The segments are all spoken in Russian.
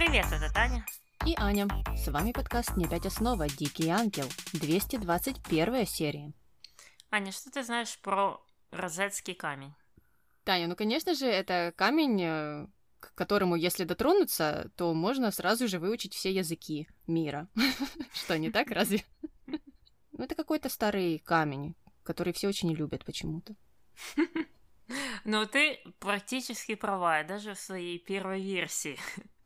Привет, это Таня. И Аня. С вами подкаст «Не опять основа. Дикий ангел». 221 серия. Аня, что ты знаешь про розетский камень? Таня, ну, конечно же, это камень, к которому, если дотронуться, то можно сразу же выучить все языки мира. Что, не так, разве? Ну, это какой-то старый камень, который все очень любят почему-то. Ну, ты практически права, даже в своей первой версии.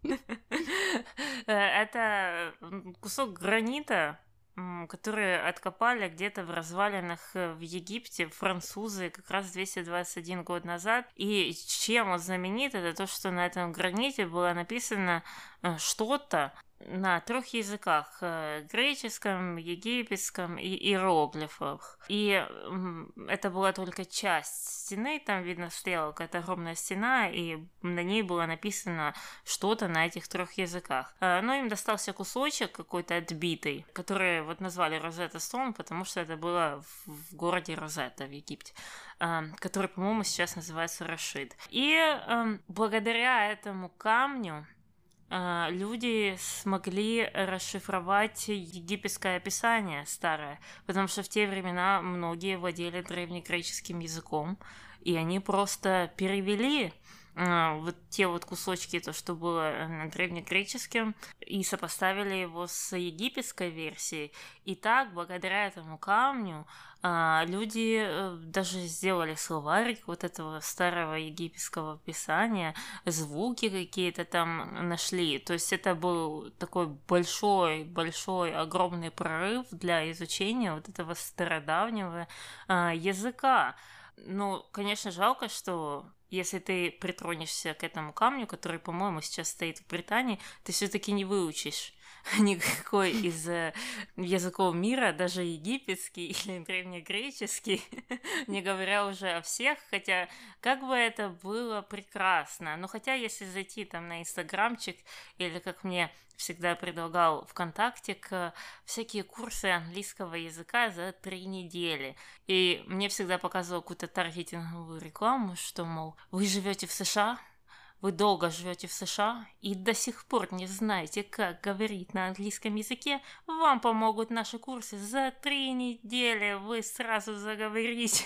Это кусок гранита, который откопали где-то в развалинах в Египте французы как раз 221 год назад. И чем он знаменит, это то, что на этом граните было написано что-то на 3 языках: греческом, египетском и иероглифах. И это была только часть стены, там, видно, стояла какая-то огромная стена, и на ней было написано что-то на этих 3 языках. Но им достался кусочек какой-то отбитый, который вот назвали Розетта Стоун, потому что это было в городе Розетта в Египте, который, по-моему, сейчас называется Рашид. И благодаря этому камню люди смогли расшифровать египетское описание старое, потому что в те времена многие владели древнегреческим языком, и они просто перевели вот те вот кусочки, то, что было на древнегреческом, и сопоставили его с египетской версией. И так, благодаря этому камню, люди даже сделали словарик вот этого старого египетского писания, звуки какие-то там нашли. То есть это был такой большой, огромный прорыв для изучения вот этого стародавнего языка. Ну, конечно, жалко, что если ты притронешься к этому камню, который, по-моему, сейчас стоит в Британии, ты все-таки не выучишь никакой из языков мира, даже египетский или древнегреческий, не говоря уже о всех, хотя как бы это было прекрасно. Но хотя если зайти там на инстаграмчик или, как мне всегда предлагал ВКонтакте, всякие курсы английского языка за 3 недели. И мне всегда показывал какую-то таргетинговую рекламу, что, мол, вы живете в США, вы долго живете в США и до сих пор не знаете, как говорить на английском языке, вам помогут наши курсы. За 3 недели вы сразу заговорите.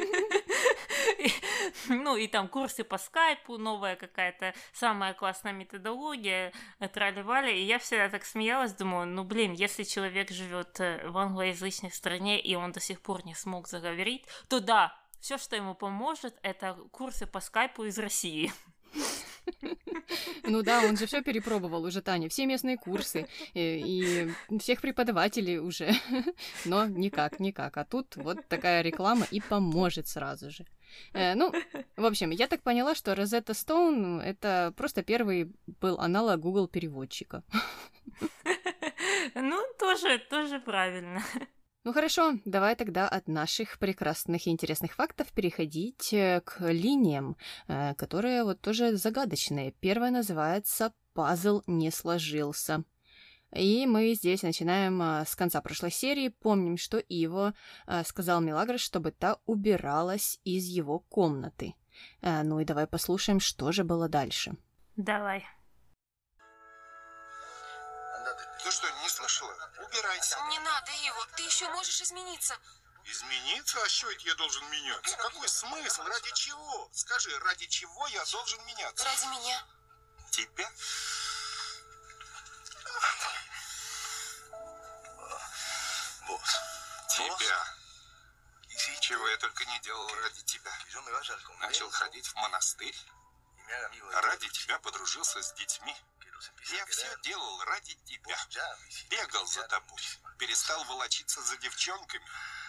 Ну и там курсы по скайпу, новая какая-то самая классная методология, трали-вали. И я всегда так смеялась, думаю, ну блин, если человек живет в англоязычной стране и он до сих пор не смог заговорить, то да, все, что ему поможет, это курсы по скайпу из России. Ну да, он же все перепробовал уже, Таня, все местные курсы и всех преподавателей уже, но никак. А тут вот такая реклама и поможет сразу же. Ну, в общем, я так поняла, что Розетта Стоун — это просто первый был аналог Google переводчика. Ну, тоже правильно. Ну хорошо, давай тогда от наших прекрасных и интересных фактов переходить к линиям, которые вот тоже загадочные. Первая называется «Пазл не сложился». И мы здесь начинаем с конца прошлой серии. Помним, что Иво сказал Мелагрос, чтобы та убиралась из его комнаты. Ну и давай послушаем, что же было дальше. Давай. Ты что, не слышала? Убирайся. Не надо, Иво, ты еще можешь измениться. Измениться? А что это я должен меняться? Какой смысл? Ради чего? Скажи, ради чего я должен меняться? Ради меня. Тебя? Тебя. Чего я только не делал ради тебя. Начал ходить в монастырь. Ради тебя подружился с детьми. Я все делал ради тебя. Бегал за тобой. Перестал волочиться за девчонками.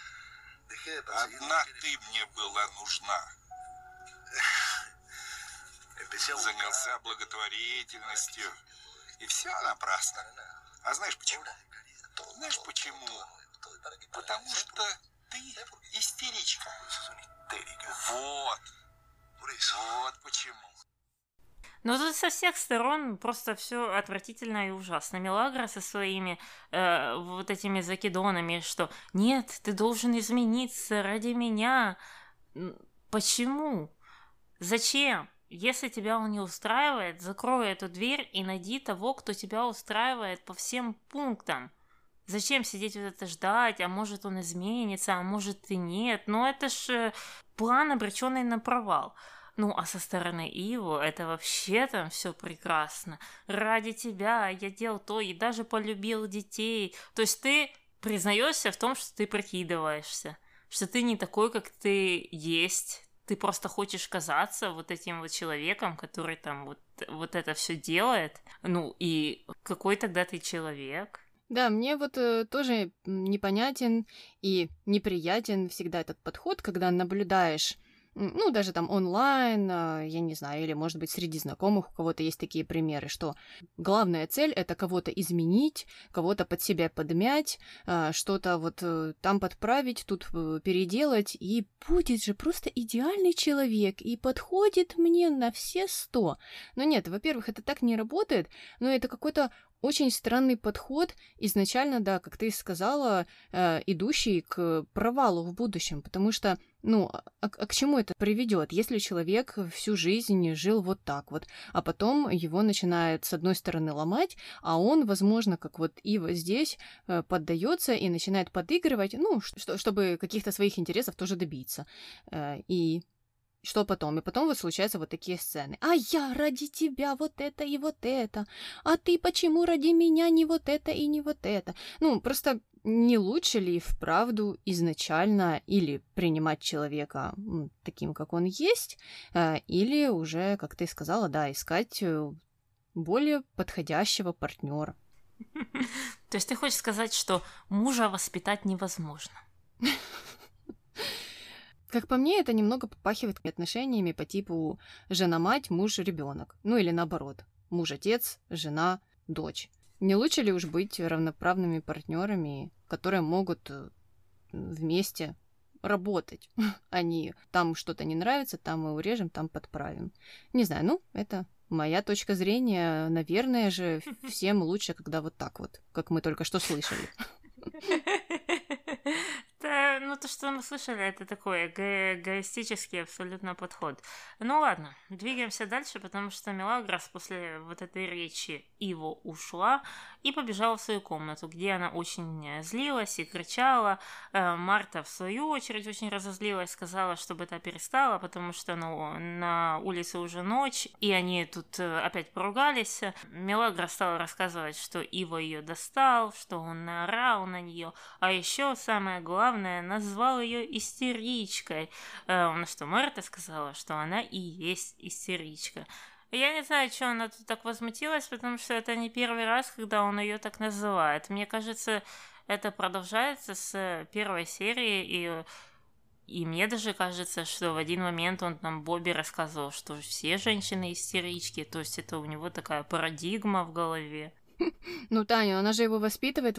Одна ты мне была нужна. Занялся благотворительностью. И все напрасно. А знаешь почему? Знаешь почему? Потому что ты истеричка. Вот почему. Но тут со всех сторон просто все отвратительно и ужасно. Мелагрос со своими вот этими закидонами, что нет, ты должен измениться ради меня. Почему? Зачем? если тебя он не устраивает, закрой эту дверь и найди того, кто тебя устраивает по всем пунктам. Зачем сидеть вот это ждать, а может он изменится, а может и нет. Ну это ж план, обреченный на провал. Ну, а со стороны Иво это вообще там все прекрасно. Ради тебя я делал то и даже полюбил детей. То есть ты признаешься в том, что ты прикидываешься, что ты не такой, как ты есть. Ты просто хочешь казаться вот этим вот человеком, который там вот это все делает. Ну, и какой тогда ты человек? Да, мне вот тоже непонятен и неприятен всегда этот подход, когда наблюдаешь, ну, даже там онлайн, я не знаю, или, может быть, среди знакомых у кого-то есть такие примеры, что главная цель — это кого-то изменить, кого-то под себя подмять, что-то вот там подправить, тут переделать, и будет же просто идеальный человек, и подходит мне на все 100. Но нет, во-первых, это так не работает, но это какой-то очень странный подход, изначально, да, как ты сказала, идущий к провалу в будущем, потому что, ну, к чему это приведет, если человек всю жизнь жил вот так вот, а потом его начинает с одной стороны ломать, а он, возможно, как вот Ива здесь, поддается и начинает подыгрывать, ну, чтобы каких-то своих интересов тоже добиться. И что потом? И потом вот случаются вот такие сцены. А я ради тебя вот это и вот это. А ты почему ради меня не вот это и не вот это? Ну, просто не лучше ли вправду изначально или принимать человека таким, как он есть, или уже, как ты сказала, да, искать более подходящего партнера. То есть ты хочешь сказать, что мужа воспитать невозможно? Как по мне, это немного попахивает отношениями по типу жена-мать, муж-ребенок. Ну или наоборот, муж-отец, жена-дочь. Не лучше ли уж быть равноправными партнерами, которые могут вместе работать, а не там что-то не нравится, там мы урежем, там подправим. Не знаю, ну, это моя точка зрения. Наверное же, всем лучше, когда вот так вот, как мы только что слышали. Да, ну то, что мы слышали, это такой эгоистический абсолютно подход. Ну ладно, двигаемся дальше, потому что Мелагрос после вот этой речи Иво ушла и побежала в свою комнату, где она очень злилась и кричала. Марта, в свою очередь, очень разозлилась, сказала, чтобы та перестала, потому что на улице уже ночь, и они тут опять поругались. Мелагрос стала рассказывать, что Иво ее достал, что он наорал на нее, а еще самое главное, назвал ее истеричкой. На что Марта сказала, что она и есть истеричка. Я не знаю, что она тут так возмутилась, потому что это не первый раз, когда он ее так называет. Мне кажется, это продолжается с первой серии, и мне даже кажется, что в один момент он нам Бобби рассказывал, что все женщины истерички, то есть это у него такая парадигма в голове. Ну, Таня, она же его воспитывает,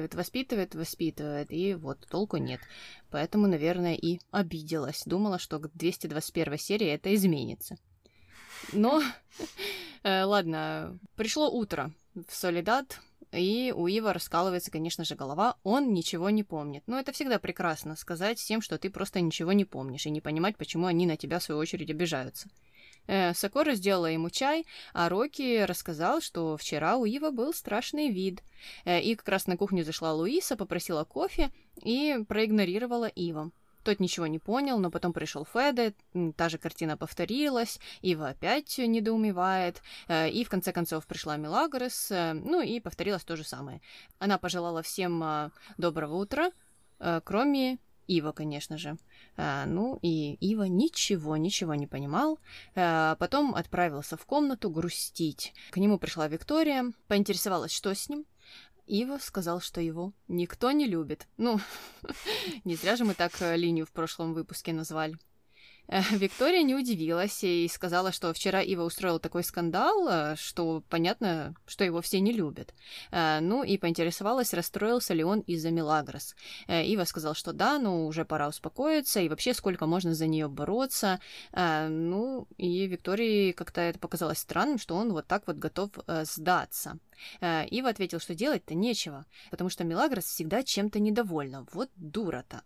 и вот толку нет. Поэтому, наверное, и обиделась. Думала, что к 221 серии это изменится. Но, ладно, пришло утро в Солидад, и у Ива раскалывается, конечно же, голова, он ничего не помнит. Но это всегда прекрасно, сказать всем, что ты просто ничего не помнишь, и не понимать, почему они на тебя, в свою очередь, обижаются. Сокора сделала ему чай, а Рокки рассказал, что вчера у Ива был страшный вид. И как раз на кухню зашла Луиса, попросила кофе и проигнорировала Ива. Тот ничего не понял, но потом пришел Феде, та же картина повторилась, Ива опять недоумевает, и в конце концов пришла Мелагрос, ну и повторилось то же самое. Она пожелала всем доброго утра, кроме Ива, конечно же. Ну и Ива ничего не понимал. Потом отправился в комнату грустить. К нему пришла Виктория, поинтересовалась, что с ним. Ива сказал, что его никто не любит. Ну, не зря же мы так линию в прошлом выпуске назвали. Виктория не удивилась и сказала, что вчера Ива устроил такой скандал, что понятно, что его все не любят. Ну и поинтересовалась, расстроился ли он из-за Мелагрос. Ива сказал, что да, но уже пора успокоиться, и вообще сколько можно за нее бороться. Ну и Виктории как-то это показалось странным, что он вот так вот готов сдаться. Ива ответил, что делать-то нечего, потому что Мелагрос всегда чем-то недовольна. Вот дура-то, а?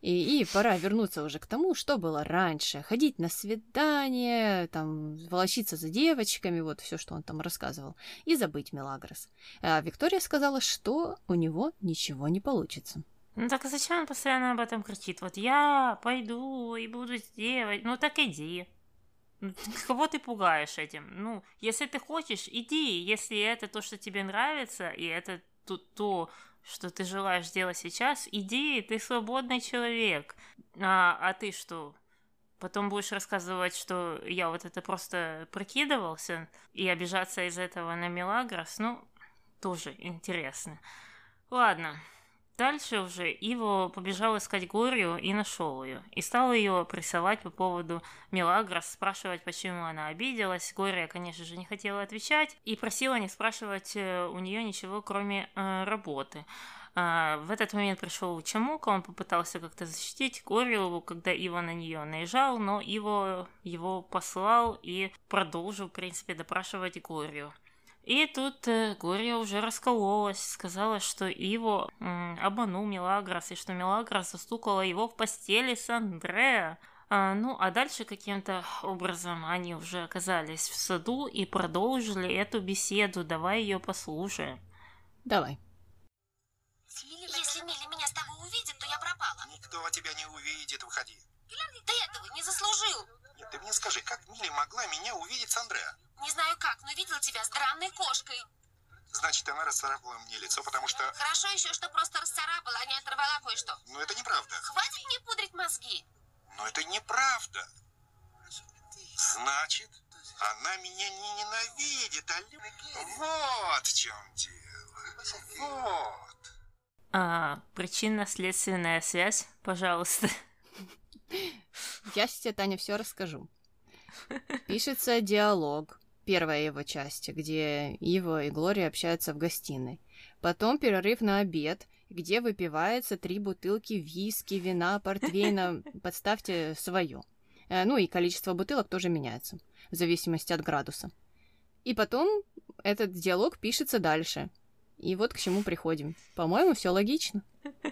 И пора вернуться уже к тому, что было раньше. Ходить на свидание, там, волочиться за девочками, вот все, что он там рассказывал, и забыть Мелагрос. А Виктория сказала, что у него ничего не получится. Ну так зачем он постоянно об этом кричит? Вот я пойду и буду делать. Ну так иди. Кого ты пугаешь этим? Ну, если ты хочешь, иди. Если это то, что тебе нравится, и это то, что ты желаешь делать сейчас, иди, ты свободный человек. А ты что? Потом будешь рассказывать, что я вот это просто прикидывался, и обижаться из этого на Мелагрос, ну, тоже интересно. Ладно. Дальше уже Иво побежал искать Глорию и нашел ее. И стал ее прессовать по поводу Мелагрос, спрашивать, почему она обиделась. Глория, конечно же, не хотела отвечать и просила не спрашивать у нее ничего, кроме работы. В этот момент пришел Чамука, он попытался как-то защитить Глорию, когда Иво на нее наезжал, но Иво его послал и продолжил, в принципе, допрашивать Глорию. И тут Глория уже раскололась, сказала, что Иво обманул Мелагрос, и что Мелагрос застукала его в постели с Андреа. Ну, а дальше каким-то образом они уже оказались в саду и продолжили эту беседу. Давай ее послушаем. Давай. Если Милли меня с тобой увидит, то я пропала. Никто тебя не увидит, выходи. Ты этого не заслужил. Нет, ты мне скажи, как Милли могла меня увидеть с Андреа? Не знаю как, но видела тебя с драной кошкой. Значит, она расцарапала мне лицо, потому что... Хорошо еще, что просто расцарапала, а не оторвала кое-что. Но это неправда. Хватит мне пудрить мозги. Но это неправда. Значит, она меня не ненавидит, Вот в чем дело. Вот. Причинно-следственная связь, пожалуйста. Я тебе, Таня, все расскажу. Пишется диалог, первая его часть, где Иво и Глория общаются в гостиной. Потом перерыв на обед, где выпивается 3 бутылки виски, вина, портвейна. Подставьте свое. Ну и количество бутылок тоже меняется, в зависимости от градуса. И потом этот диалог пишется дальше. И вот к чему приходим. По-моему, все логично.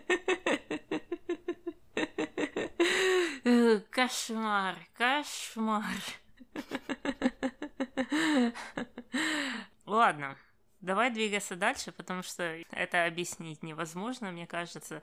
Кошмар, кошмар. Ладно, давай двигаться дальше, потому что это объяснить невозможно, мне кажется.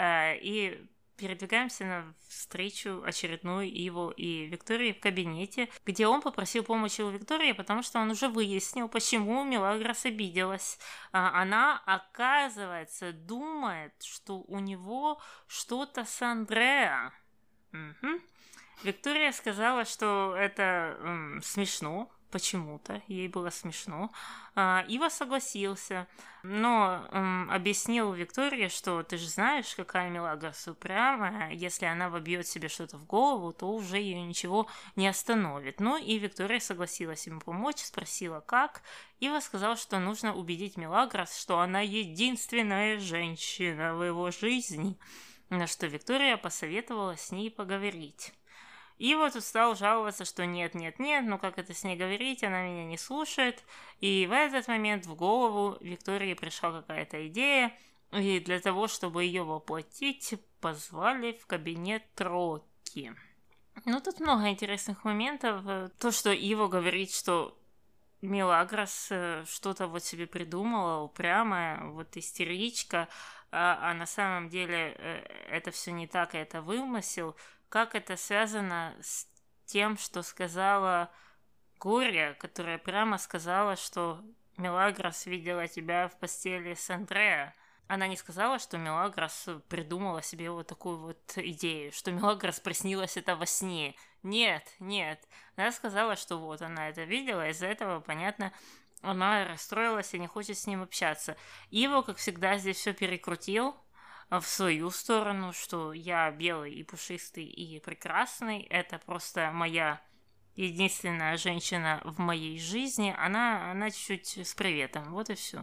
И передвигаемся навстречу очередной Иво и Виктории в кабинете, где он попросил помощи у Виктории, потому что он уже выяснил, почему Мелагрос обиделась. Она, оказывается, думает, что у него что-то с Андреа. Угу. Виктория сказала, что это смешно, почему-то, ей было смешно. Иво согласился, но объяснил Виктории, что ты же знаешь, какая Мелагрос упрямая, если она вобьет себе что-то в голову, то уже ее ничего не остановит. Ну и Виктория согласилась ему помочь, спросила, как. Иво сказал, что нужно убедить Мелагрос, что она единственная женщина в его жизни, на что Виктория посоветовала с ней поговорить. И вот тут стал жаловаться, что нет, ну как это с ней говорить, она меня не слушает. И в этот момент в голову Виктории пришла какая-то идея, и для того, чтобы ее воплотить, позвали в кабинет Рокки. Ну тут много интересных моментов. То, что Иво говорит, что Мелагрос что-то вот себе придумала, упрямая, вот истеричка, а на самом деле это все не так, это вымысел. Как это связано с тем, что сказала Глория, которая прямо сказала, что Мелагрос видела тебя в постели с Андреа. Она не сказала, что Мелагрос придумала себе вот такую вот идею, что Мелагрос приснилось это во сне. Нет. Она сказала, что вот она это видела, из-за этого, понятно, она расстроилась и не хочет с ним общаться. Иво, как всегда, здесь все перекрутил в свою сторону, что я белый и пушистый и прекрасный, это просто моя единственная женщина в моей жизни, она чуть-чуть с приветом, вот и все.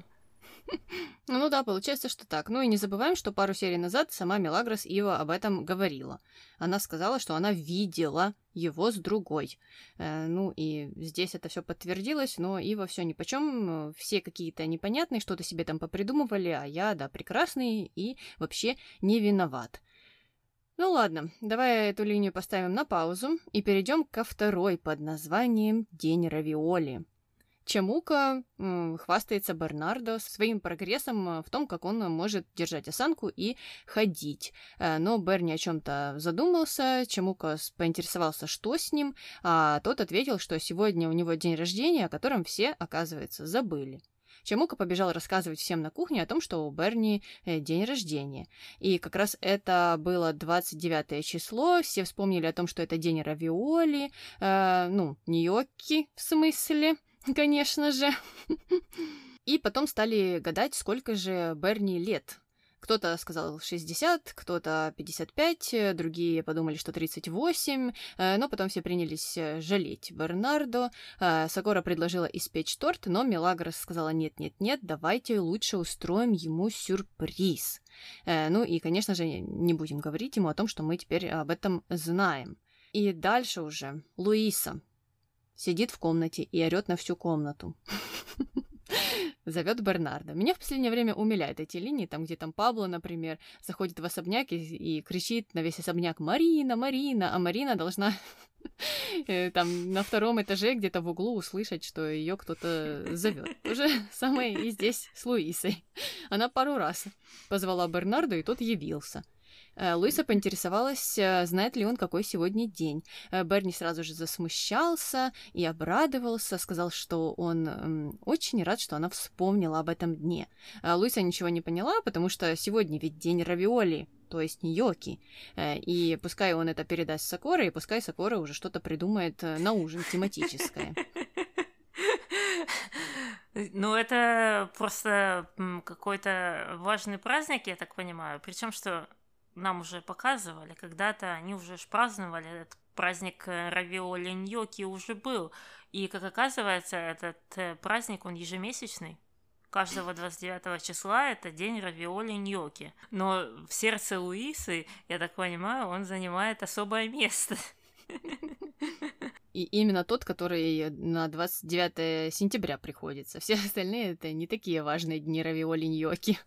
Ну да, получается, что так. Ну и не забываем, что пару серий назад сама Мелагрос Иво об этом говорила. Она сказала, что она видела его с другой. Ну и здесь это все подтвердилось, но Иво все нипочем, все какие-то непонятные, что-то себе там попридумывали, а я, да, прекрасный и вообще не виноват. Ну ладно, давай эту линию поставим на паузу и перейдем ко второй под названием «День равиоли». Чамука хвастается Бернардо своим прогрессом в том, как он может держать осанку и ходить. Но Берни о чем-то задумался, Чамука поинтересовался, что с ним, а тот ответил, что сегодня у него день рождения, о котором все, оказывается, забыли. Чамука побежал рассказывать всем на кухне о том, что у Берни день рождения. И как раз это было 29 число, все вспомнили о том, что это день равиоли, ньокки в смысле, конечно же. И потом стали гадать, сколько же Берни лет. Кто-то сказал 60, кто-то 55, другие подумали, что 38, но потом все принялись жалеть Бернардо. Сакура предложила испечь торт, но Мелагрос сказала: нет-нет-нет, давайте лучше устроим ему сюрприз. Ну и, конечно же, не будем говорить ему о том, что мы теперь об этом знаем. И дальше уже Луиса сидит в комнате и орёт на всю комнату. Зовет Бернардо. Меня в последнее время умиляют эти линии, там, где там Пабло, например, заходит в особняк и кричит на весь особняк: «Марина, Марина!», а Марина должна там на втором этаже где-то в углу услышать, что ее кто-то зовет. То же самое и здесь с Луисой. Она пару раз позвала Бернардо, и тот явился. Луиса поинтересовалась, знает ли он, какой сегодня день. Берни сразу же засмущался и обрадовался, сказал, что он очень рад, что она вспомнила об этом дне. Луиса ничего не поняла, потому что сегодня ведь день равиоли, то есть ньокки. И пускай он это передаст Сакуре, и пускай Сакура уже что-то придумает на ужин тематическое. Ну, это просто какой-то важный праздник, я так понимаю. Причем, что нам уже показывали, когда-то они уже праздновали этот праздник равиоли ньокки уже был. И, как оказывается, этот праздник, он ежемесячный. Каждого 29 числа это день равиоли ньокки. Но в сердце Луисы, я так понимаю, он занимает особое место. И именно тот, который на 29 сентября приходится. Все остальные это не такие важные дни равиоли ньокки.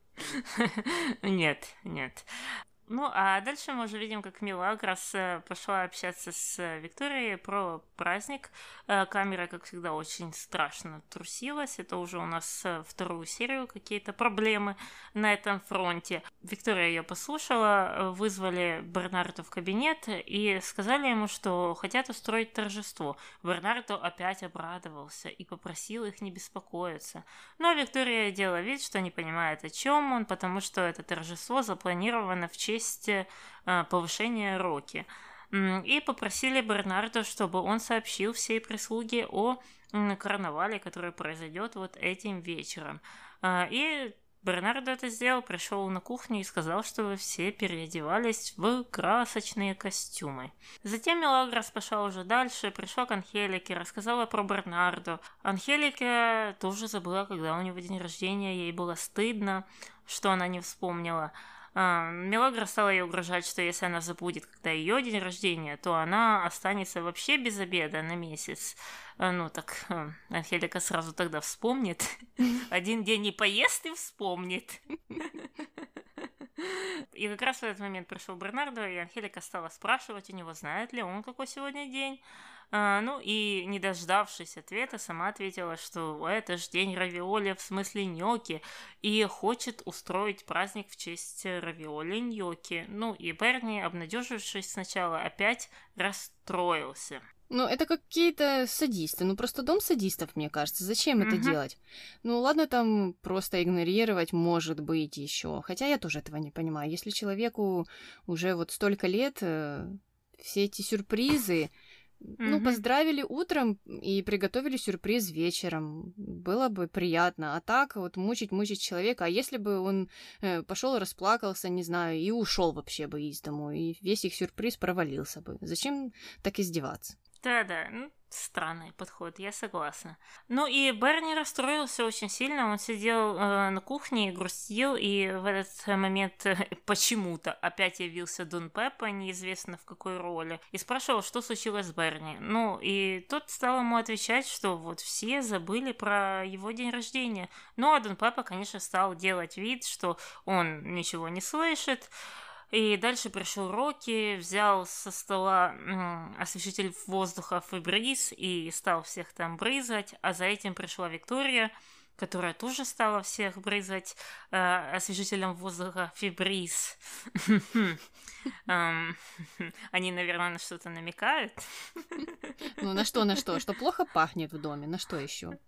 Нет. Ну, а дальше мы уже видим, как Мелагрос пошла общаться с Викторией про праздник. Камера, как всегда, очень страшно трусилась. Это уже у нас вторую серию какие-то проблемы на этом фронте. Виктория ее послушала, вызвали Бернардо в кабинет и сказали ему, что хотят устроить торжество. Бернардо опять обрадовался и попросил их не беспокоиться. Но Виктория делала вид, что не понимает, о чем он, потому что это торжество запланировано в честь повышения Рокки. И попросили Бернардо, чтобы он сообщил всей прислуге о карнавале, который произойдет вот этим вечером. И Бернардо это сделал, пришел на кухню и сказал, что все переодевались в красочные костюмы. Затем Мелагрос пошла уже дальше, пришла к Анхелике, рассказала про Бернардо. Анхелика тоже забыла, когда у него день рождения, ей было стыдно, что она не вспомнила. Мелагрос стала ей угрожать, что если она забудет, когда ее день рождения, то она останется вообще без обеда на месяц. Ну так, Анхелика сразу тогда вспомнит. Один день не поест и вспомнит. И как раз в этот момент пришел Бернардо, и Анхелика стала спрашивать у него, знает ли он, какой сегодня день. Ну и, не дождавшись ответа, сама ответила, что это ж день равиоли, в смысле ньокки, и хочет устроить праздник в честь равиоли ньокки. Ну и Берни, обнадежившись сначала, опять расстроился. Ну, это какие-то садисты. Ну, просто дом садистов, мне кажется. Зачем это делать? Ну, ладно, там просто игнорировать, может быть, еще. Хотя я тоже этого не понимаю. Если человеку уже вот столько лет, все эти сюрпризы... Ну, поздравили утром и приготовили сюрприз вечером. Было бы приятно. А так вот мучить человека. А если бы он пошел, расплакался, не знаю, и ушел вообще бы из дому, и весь их сюрприз провалился бы. Зачем так издеваться? Да, странный подход, я согласна. Ну и Берни расстроился очень сильно, он сидел на кухне и грустил, и в этот момент почему-то опять явился Дон Пеппо, неизвестно в какой роли, и спрашивал, что случилось с Берни. Ну и тот стал ему отвечать, что вот все забыли про его день рождения. Ну а Дон Пеппо, конечно, стал делать вид, что он ничего не слышит. И дальше пришел Рокки, взял со стола освежитель воздуха Фебрис и стал всех там брызгать, а за этим пришла Виктория, которая тоже стала всех брызгать освежителем воздуха Фебрис. Они, наверное, на что-то намекают. Ну, на что? Что плохо пахнет в доме? На что еще?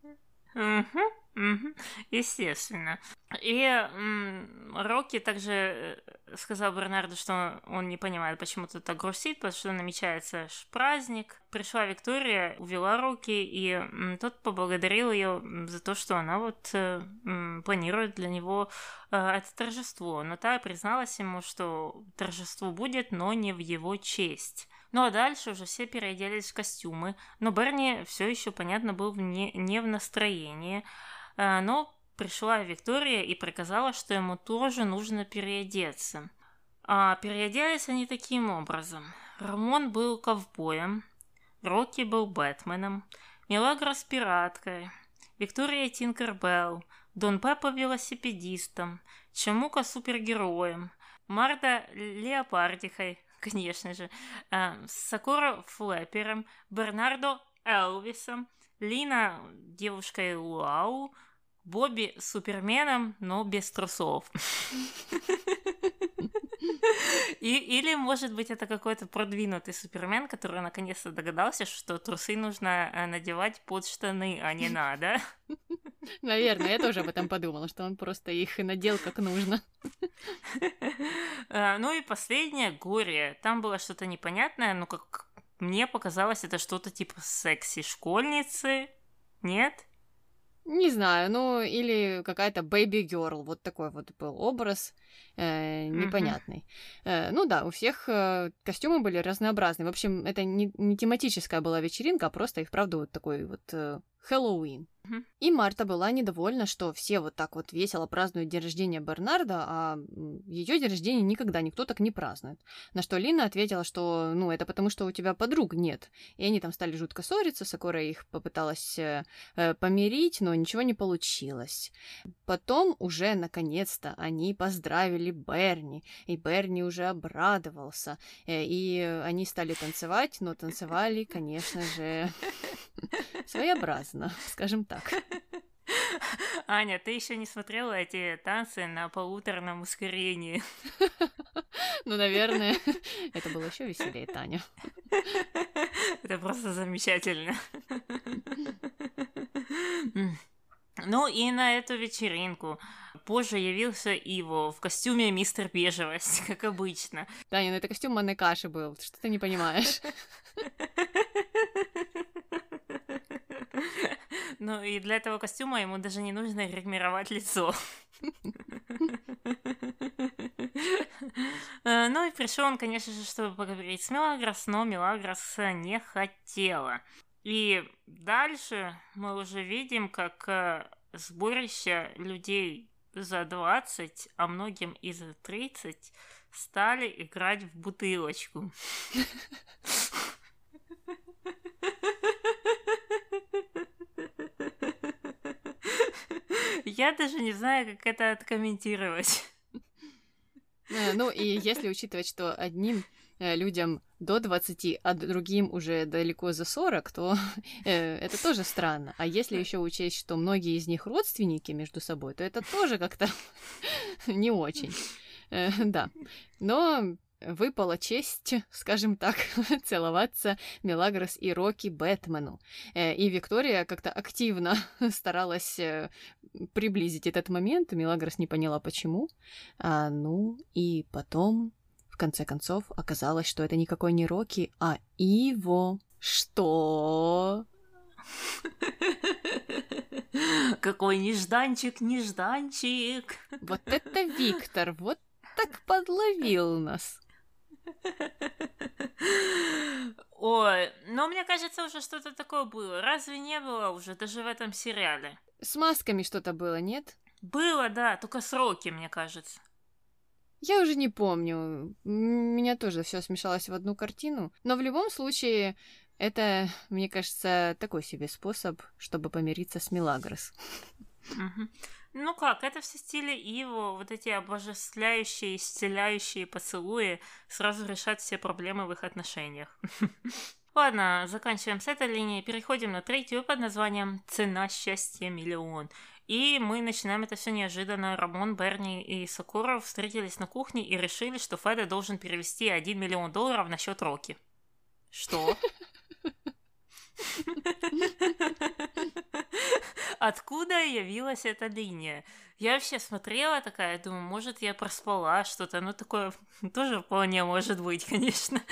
Естественно. И Рокки также сказал Бернарду, что он не понимает, почему тут так грустит, потому что намечается праздник. Пришла Виктория, увела Рокки, и тот поблагодарил ее за то, что она вот планирует для него это торжество. Но та призналась ему, что торжество будет, но не в его честь. Ну а дальше уже все переоделись в костюмы, но Берни все еще, понятно, был не в настроении. Но пришла Виктория и приказала, что ему тоже нужно переодеться. А переоделись они таким образом. Рамон был ковбоем, Рокки был Бэтменом, Милагрос пираткой, Виктория Тинкербелл, Дон Пеппа велосипедистом, Чамука супергероем, Марта леопардихой, конечно же, Сакура флэпером, Бернардо Элвисом, Лина девушкой Луау, Бобби суперменом, но без трусов. Или, может быть, это какой-то продвинутый супермен, который наконец-то догадался, что трусы нужно надевать под штаны, а не надо. Наверное, я тоже об этом подумала, что он просто их надел как нужно. Ну и последнее, горе. Там было что-то непонятное, но как мне показалось, это что-то типа секси-школьницы. Нет? Не знаю, ну или какая-то baby-girl, вот такой вот был образ непонятный. Ну да, у всех костюмы были разнообразные. В общем, это не тематическая была вечеринка, а просто и вправду вот такой вот Хэллоуин. И Марта была недовольна, что все вот так вот весело празднуют день рождения Бернарда, а ее день рождения никогда никто так не празднует. На что Лина ответила, что ну это потому, что у тебя подруг нет. И они там стали жутко ссориться, Сакура их попыталась помирить, но ничего не получилось. Потом уже наконец-то они поздравили Берни, и Берни уже обрадовался, и они стали танцевать, но танцевали, конечно же, своеобразно, скажем так. Аня, ты еще не смотрела эти танцы на полуторном ускорении? Ну, наверное, это было еще веселее, Таня. Это просто замечательно. Ну и на эту вечеринку позже явился Иво в костюме мистер Бежевость, как обычно. Таня, ну это костюм манной каши был, что ты не понимаешь? Ну и для этого костюма ему даже не нужно гримировать лицо. Ну и пришел он, конечно же, чтобы поговорить с Милагрос, но Милагрос не хотела. И дальше мы уже видим, как сборище людей за 20, а многим и за 30 стали играть в бутылочку. Я даже не знаю, как это откомментировать. Ну и если учитывать, что одним людям до 20, а другим уже далеко за 40, то это тоже странно. А если еще учесть, что многие из них родственники между собой, то это тоже как-то не очень. Да. Но выпала честь, скажем так, целоваться Милагрос и Рокки Бэтмену. И Виктория как-то активно старалась приблизить этот момент. Милагрос не поняла, почему. Ну, и потом, в конце концов, оказалось, что это никакой не Рокки, а Иво. Что? Какой нежданчик! Вот это Виктор, вот так подловил нас. Ой, но мне кажется, уже что-то такое было. Разве не было уже даже в этом сериале? С масками что-то было, нет? Было, да, только сроки, мне кажется. Я уже не помню. У меня тоже все смешалось в одну картину. Но в любом случае, это, мне кажется, такой себе способ, чтобы помириться с Милагрос. Ну как, это все стили Иво, вот эти обожествляющие, исцеляющие поцелуи сразу решат все проблемы в их отношениях. Ладно, заканчиваем с этой линии, переходим на третью под названием «Цена счастья миллион». И мы начинаем это все неожиданно. Рамон, Берни и Сокура встретились на кухне и решили, что Феде должен перевести $1 миллион на счет Рокки. Что? Откуда явилась эта линия? Я вообще смотрела такая, думаю, может, я проспала что-то. Ну, такое тоже вполне может быть, конечно.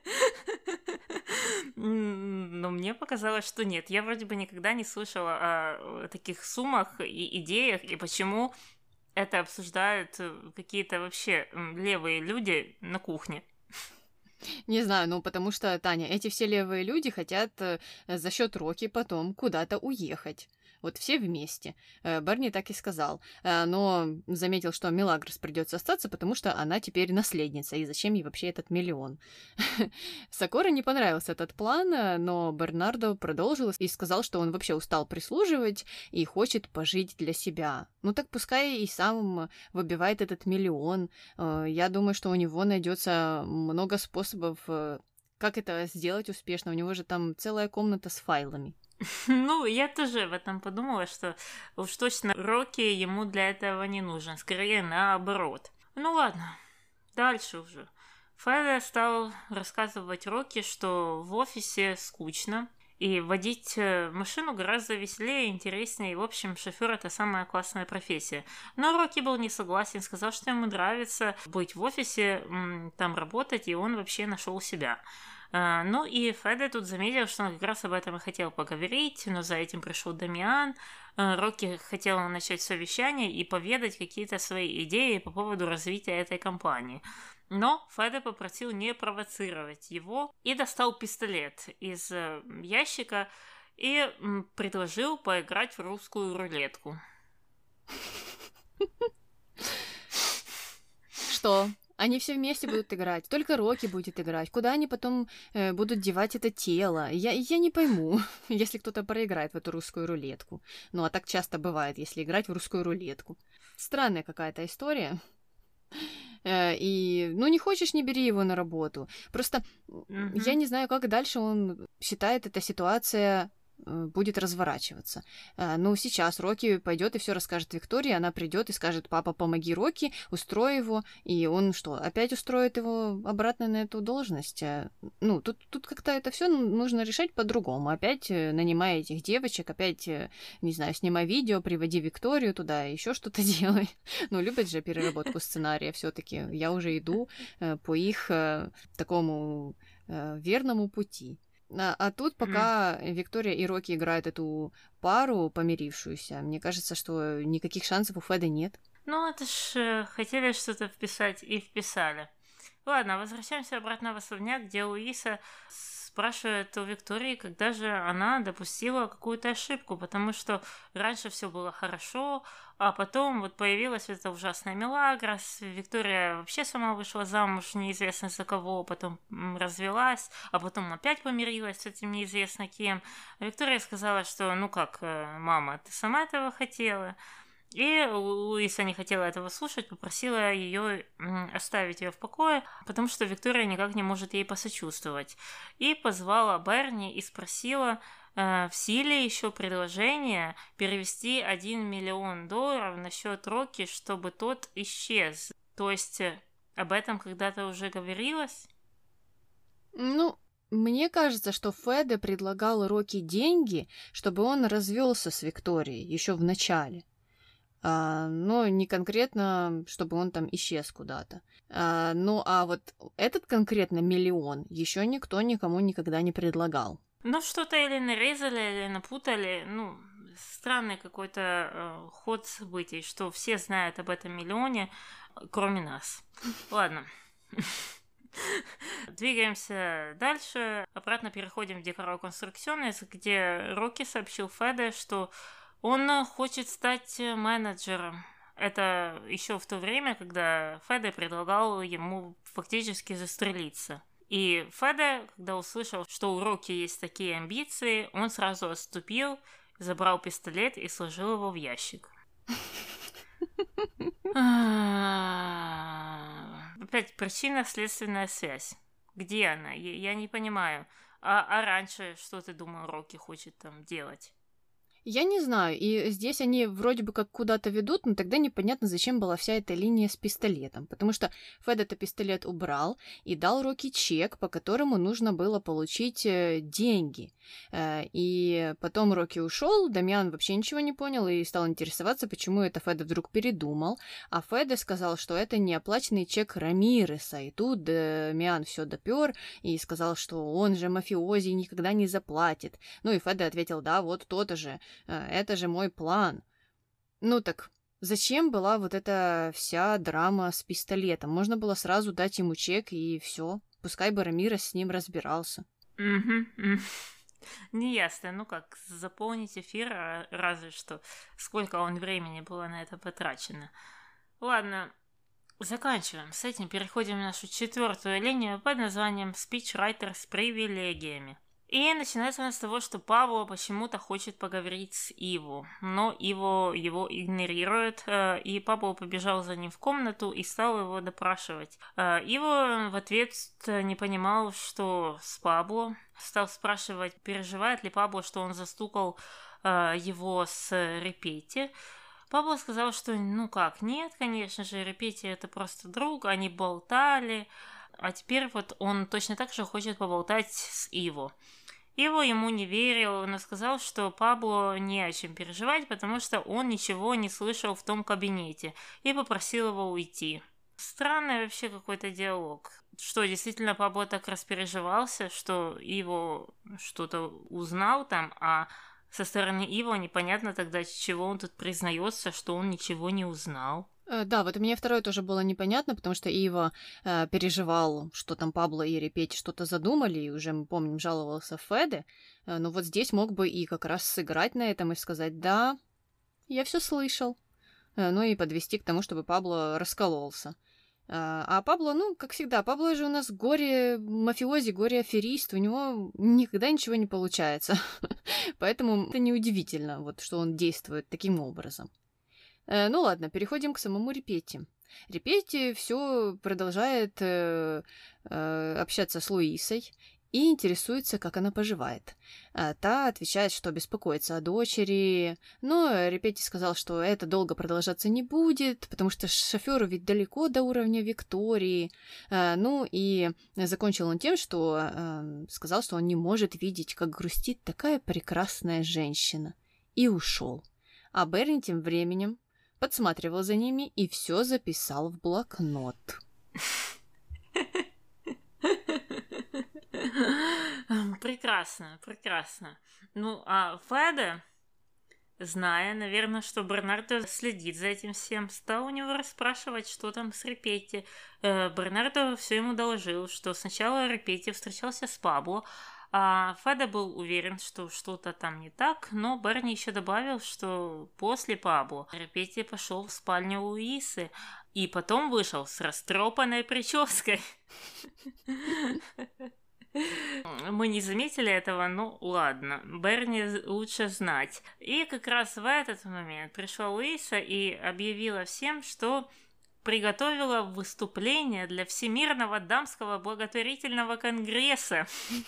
Но мне показалось, что нет. Я вроде бы никогда не слышала о таких суммах и идеях, и почему это обсуждают какие-то вообще левые люди на кухне. Не знаю, ну потому что, Таня, эти все левые люди хотят за счет Рокки потом куда-то уехать. Вот все вместе. Берни так и сказал. Но заметил, что Мелагрос придется остаться, потому что она теперь наследница. И зачем ей вообще этот миллион? Сокура не понравился этот план, но Бернардо продолжил и сказал, что он вообще устал прислуживать и хочет пожить для себя. Ну так пускай и сам выбивает этот миллион. Я думаю, что у него найдется много способов, как это сделать успешно. У него же там целая комната с файлами. Ну, я тоже в этом подумала, что уж точно Рокки ему для этого не нужен. Скорее, наоборот. Ну ладно, дальше уже. Феде стал рассказывать Рокки, что в офисе скучно, и водить машину гораздо веселее и интереснее. И, в общем, шофер — это самая классная профессия. Но Рокки был не согласен, сказал, что ему нравится быть в офисе, там работать, и он вообще нашел себя. Ну и Феде тут заметил, что он как раз об этом и хотел поговорить, но за этим пришел Дамиан. Рокки хотел начать совещание и поведать какие-то свои идеи по поводу развития этой компании. Но Феде попросил не провоцировать его и достал пистолет из ящика и предложил поиграть в русскую рулетку. Что? Они все вместе будут играть, только Рокки будет играть. Куда они потом будут девать это тело? Я не пойму, если кто-то проиграет в эту русскую рулетку. Ну, а так часто бывает, если играть в русскую рулетку. Странная какая-то история. И, ну, не хочешь, не бери его на работу. Просто я не знаю, как дальше он считает, эта ситуация будет разворачиваться. Ну, сейчас Рокки пойдет и все расскажет Виктории, она придет и скажет: папа, помоги Рокки, устрой его, и он что, опять устроит его обратно на эту должность? Ну, тут как-то это все нужно решать по-другому. Опять нанимай этих девочек, опять, не знаю, снимай видео, приводи Викторию туда, еще что-то делай. Ну, любят же переработку сценария все-таки. Я уже иду по их такому верному пути. А тут, пока Виктория и Рокки играют эту пару, помирившуюся, мне кажется, что никаких шансов у Феды нет. Ну, это ж хотели что-то вписать и вписали. Ладно, возвращаемся обратно в особняк, где Луиса спрашивает у Виктории, когда же она допустила какую-то ошибку, потому что раньше все было хорошо, а потом вот появилась эта ужасная Мелагрос, Виктория вообще сама вышла замуж неизвестно за кого, потом развелась, а потом опять помирилась с этим неизвестно кем. А Виктория сказала, что ну как, мама, ты сама этого хотела? И Луиса не хотела этого слушать, попросила ее оставить ее в покое, потому что Виктория никак не может ей посочувствовать. И позвала Берни и спросила, в силе еще предложение перевести $1 миллион на счет Рокки, чтобы тот исчез. То есть об этом когда-то уже говорилось? Ну, мне кажется, что Феде предлагал Рокки деньги, чтобы он развелся с Викторией еще в начале. Но не конкретно, чтобы он там исчез куда-то. Ну, а вот этот конкретно миллион еще никто никому никогда не предлагал. Ну, что-то или нарезали, или напутали. Ну, странный какой-то ход событий, что все знают об этом миллионе, кроме нас. Ладно. Двигаемся дальше. Обратно переходим в Декоро Конструкционес, где Рокки сообщил Феде, что он хочет стать менеджером. Это еще в то время, когда Феде предлагал ему фактически застрелиться. И Феде, когда услышал, что у Рокки есть такие амбиции, он сразу отступил, забрал пистолет и сложил его в ящик. Опять причинно-следственная связь. Где она? Я не понимаю. А раньше что ты думал, Рокки хочет там делать? Я не знаю, и здесь они вроде бы как куда-то ведут, но тогда непонятно, зачем была вся эта линия с пистолетом, потому что Фэд этот пистолет убрал и дал Рокки чек, по которому нужно было получить деньги. И потом Рокки ушел, Дамиан вообще ничего не понял и стал интересоваться, почему это Фэд вдруг передумал, а Фэд сказал, что это неоплаченный чек Рамиреса, и тут Дамиан все допер и сказал, что он же мафиози и никогда не заплатит. Ну и Фэд ответил, да, вот то-то же. Это же мой план. Ну так зачем была вот эта вся драма с пистолетом? Можно было сразу дать ему чек и все. Пускай бы Рамирес с ним разбирался. Неясно. Ну как, заполнить эфир, разве что. Сколько он времени было на это потрачено. Ладно, заканчиваем. С этим переходим в нашу 4-ю линию под названием «Спичрайтер с привилегиями». И начинается она с того, что Пабло почему-то хочет поговорить с Иво, но Иво его игнорирует, и Пабло побежал за ним в комнату и стал его допрашивать. Иво в ответ не понимал, что с Пабло, стал спрашивать, переживает ли Пабло, что он застукал его с Репетти. Пабло сказал, что ну как, нет, конечно же, Репетти это просто друг, они болтали, а теперь вот он точно так же хочет поболтать с Иво. Иво ему не верил, но сказал, что Пабло не о чем переживать, потому что он ничего не слышал в том кабинете, и попросил его уйти. Странный вообще какой-то диалог. Что, действительно Пабло так распереживался, что Иво что-то узнал там, а со стороны Иво непонятно тогда, чего он тут признается, что он ничего не узнал. Да, вот мне второе тоже было непонятно, потому что Ива переживал, что там Пабло и Репетти что-то задумали, и уже, мы помним, жаловался Феде, но вот здесь мог бы и как раз сыграть на этом и сказать «да, я все слышал», ну и подвести к тому, чтобы Пабло раскололся. А Пабло, ну, как всегда, Пабло же у нас горе-мафиози, горе-аферист, у него никогда ничего не получается, поэтому это неудивительно, вот, что он действует таким образом. Ну ладно, переходим к самому Репетти. Репетти все продолжает общаться с Луисой и интересуется, как она поживает. Та отвечает, что беспокоится о дочери, но Репетти сказал, что это долго продолжаться не будет, потому что шоферу ведь далеко до уровня Виктории. Ну и закончил он тем, что сказал, что он не может видеть, как грустит такая прекрасная женщина, и ушел. А Берни тем временем подсматривал за ними и все записал в блокнот. Прекрасно, прекрасно. Ну, а Феде, зная, наверное, что Бернардо следит за этим всем, стал у него расспрашивать, что там с Репетти. Бернардо все ему доложил, что сначала Репетти встречался с Пабло, а Феде был уверен, что что-то там не так, но Берни еще добавил, что после Пабло Репетти пошел в спальню Луисы и потом вышел с растрепанной прической. Мы не заметили этого, ну ладно, Берни лучше знать. И как раз в этот момент пришла Луиса и объявила всем, что приготовила выступление для Всемирного дамского благотворительного конгресса.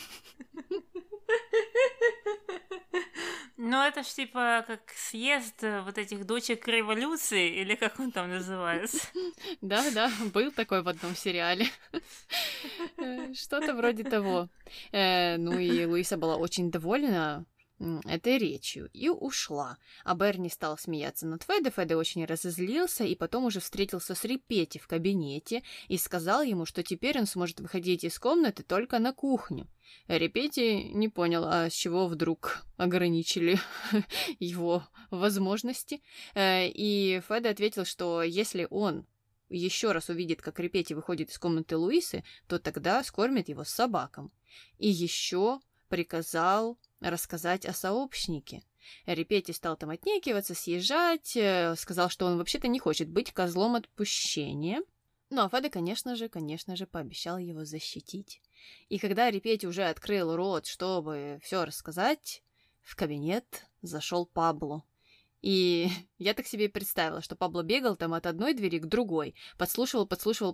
Ну, это ж типа как съезд вот этих дочек революции, или как он там называется. Да, был такой в одном сериале. Что-то вроде того. Ну и Луиса была очень довольна этой речью и ушла. А Берни стал смеяться над Феде. Феде очень разозлился и потом уже встретился с Репетти в кабинете и сказал ему, что теперь он сможет выходить из комнаты только на кухню. Репетти не понял, а с чего вдруг ограничили его возможности. И Феде ответил, что если он еще раз увидит, как Репетти выходит из комнаты Луисы, то тогда скормит его собакам. И еще приказал рассказать о сообщнике. Репетти стал там отнекиваться, съезжать, сказал, что он вообще-то не хочет быть козлом отпущения. Ну, а Феде, конечно же, пообещал его защитить. И когда Репетти уже открыл рот, чтобы все рассказать, в кабинет зашел Пабло. И я так себе и представила, что Пабло бегал там от одной двери к другой, подслушивал,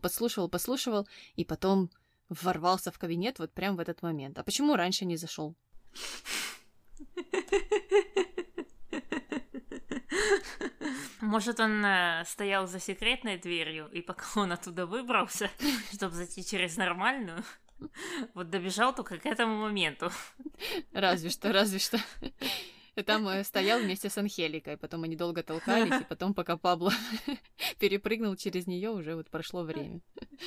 и потом ворвался в кабинет вот прям в этот момент. А почему раньше не зашел? Может, он стоял за секретной дверью, и пока он оттуда выбрался, чтобы зайти через нормальную, вот добежал только к этому моменту. Разве что. Там стоял вместе с Анхеликой, потом они долго толкались, и потом, пока Пабло перепрыгнул через нее, уже вот прошло время.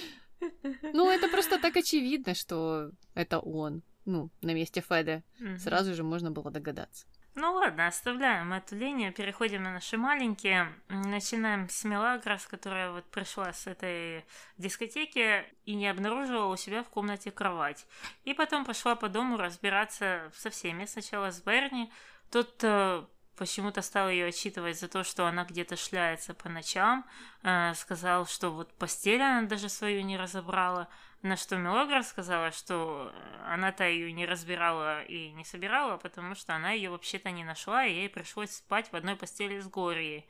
Ну, это просто так очевидно, что это он. Ну, на месте Феда. Сразу же можно было догадаться. Ну ладно, оставляем эту линию, переходим на наши маленькие. Начинаем с Мелагрос, которая вот пришла с этой дискотеки и не обнаружила у себя в комнате кровать. И потом пошла по дому разбираться со всеми. Сначала с Берни. Тот почему-то стал ее отчитывать за то, что она где-то шляется по ночам. Сказал, что вот постель она даже свою не разобрала. На что Мелагрос сказала, что она-то ее не разбирала и не собирала, потому что она ее вообще-то не нашла, и ей пришлось спать в одной постели с Горией.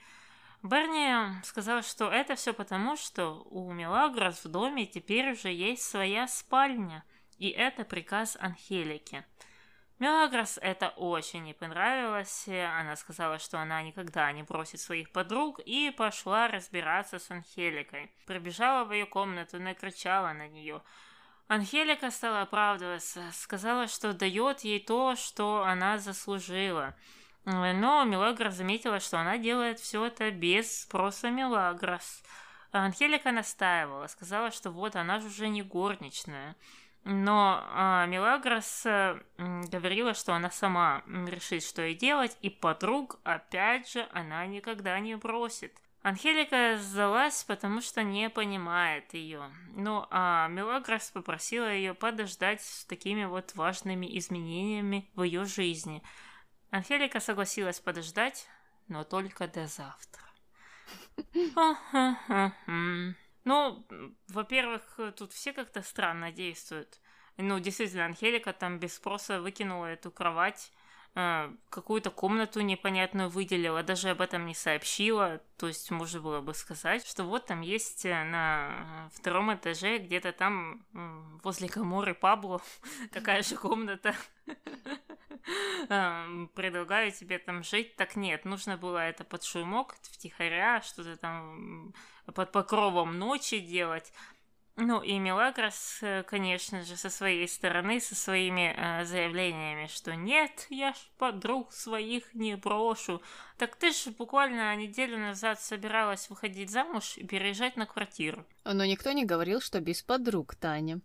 Берни сказал, что это все потому, что у Мелагрос в доме теперь уже есть своя спальня, и это приказ Анхелики. Мелагрос это очень не понравилось, она сказала, что она никогда не бросит своих подруг, и пошла разбираться с Анхеликой. Прибежала в ее комнату, накричала на нее. Анхелика стала оправдываться, сказала, что дает ей то, что она заслужила. Но Мелагрос заметила, что она делает все это без спроса Мелагрос. Анхелика настаивала, сказала, что вот она же уже не горничная. Но Мелагрос говорила, что она сама решит, что ей делать, и подруг, опять же, она никогда не бросит. Анхелика сдалась, потому что не понимает ее. Ну, а Мелагрос попросила ее подождать с такими вот важными изменениями в ее жизни. Анхелика согласилась подождать, но только до завтра. Ну, во-первых, тут все как-то странно действуют. Ну, действительно, Анхелика там без спроса выкинула эту кровать, какую-то комнату непонятную выделила, даже об этом не сообщила. То есть можно было бы сказать, что вот там есть на втором этаже, где-то там возле каморы Пабло такая же комната. Предлагаю тебе там жить. Так нет, нужно было это под шумок, втихаря, что-то там под покровом ночи делать. Ну и Мелагрос, конечно же, со своей стороны, со своими заявлениями, что нет, я ж подруг своих не брошу. Так ты ж буквально неделю назад собиралась выходить замуж и переезжать на квартиру. Но никто не говорил, что без подруг, Таня.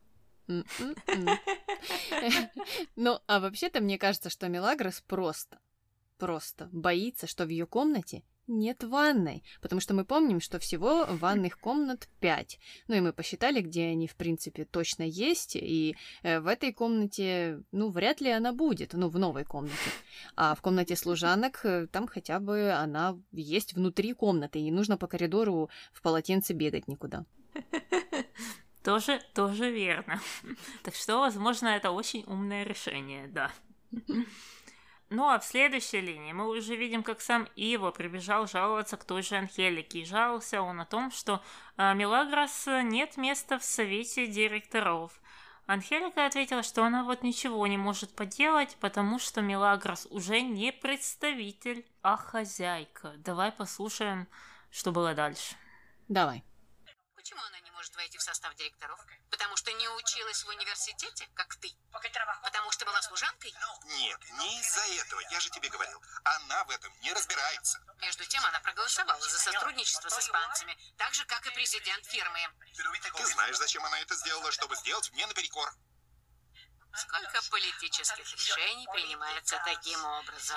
Ну, а вообще-то мне кажется, что Мелагрос просто боится, что в ее комнате нет ванной, потому что мы помним, что всего ванных комнат 5. Ну и мы посчитали, где они, в принципе, точно есть, и в этой комнате, ну, вряд ли она будет, ну, в новой комнате. А в комнате служанок там хотя бы она есть внутри комнаты, и не нужно по коридору в полотенце бегать никуда. Тоже верно. Так что, возможно, это очень умное решение, да. Ну а в следующей линии мы уже видим, как сам Иво прибежал жаловаться к той же Анхелике. И жаловался он о том, что Мелагрос нет места в совете директоров. Анхелика ответила, что она вот ничего не может поделать, потому что Мелагрос уже не представитель, а хозяйка. Давай послушаем, что было дальше. Давай. Почему она не может войти в состав директоров? Потому что не училась в университете, как ты? Потому что была служанкой? Нет, не из-за этого, я же тебе говорил. Она в этом не разбирается. Между тем, она проголосовала за сотрудничество с испанцами, так же, как и президент фирмы. Ты знаешь, зачем она это сделала, чтобы сделать мне наперекор? Сколько политических решений принимается таким образом?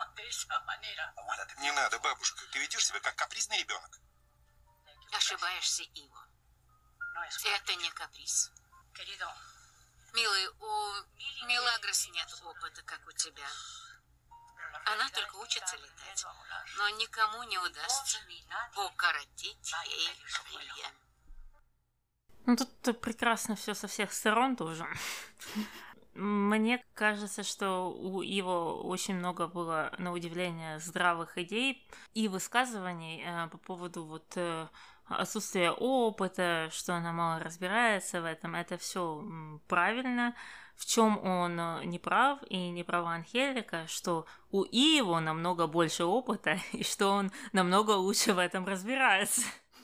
Не надо, бабушка, ты ведешь себя как капризный ребенок. Ошибаешься, Иво. Это не каприз. Милый, у Мелагрос нет опыта, как у тебя. Она только учится летать. Но никому не удастся укоротить ей крылья. Ну, тут прекрасно все со всех сторон тоже. Мне кажется, что у Иво очень много было, на удивление, здравых идей и высказываний по поводу отсутствия опыта, что она мало разбирается в этом. Это все правильно. В чем он не прав и не права Анхелика, что у Иво намного больше опыта и что он намного лучше в этом разбирается.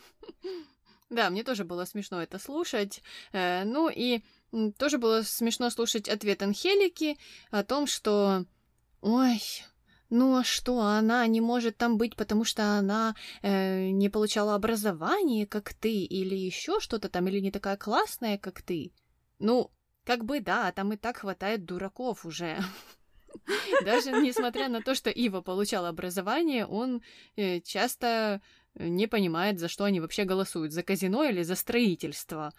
Да, мне тоже было смешно это слушать. Ну и тоже было смешно слушать ответ Анхелики о том, что «Ой, ну а что, она не может там быть, потому что она не получала образование, как ты, или еще что-то там, или не такая классная, как ты». Ну, как бы да, там и так хватает дураков уже. Даже несмотря на то, что Ива получала образование, он часто не понимает, за что они вообще голосуют, за казино или за строительство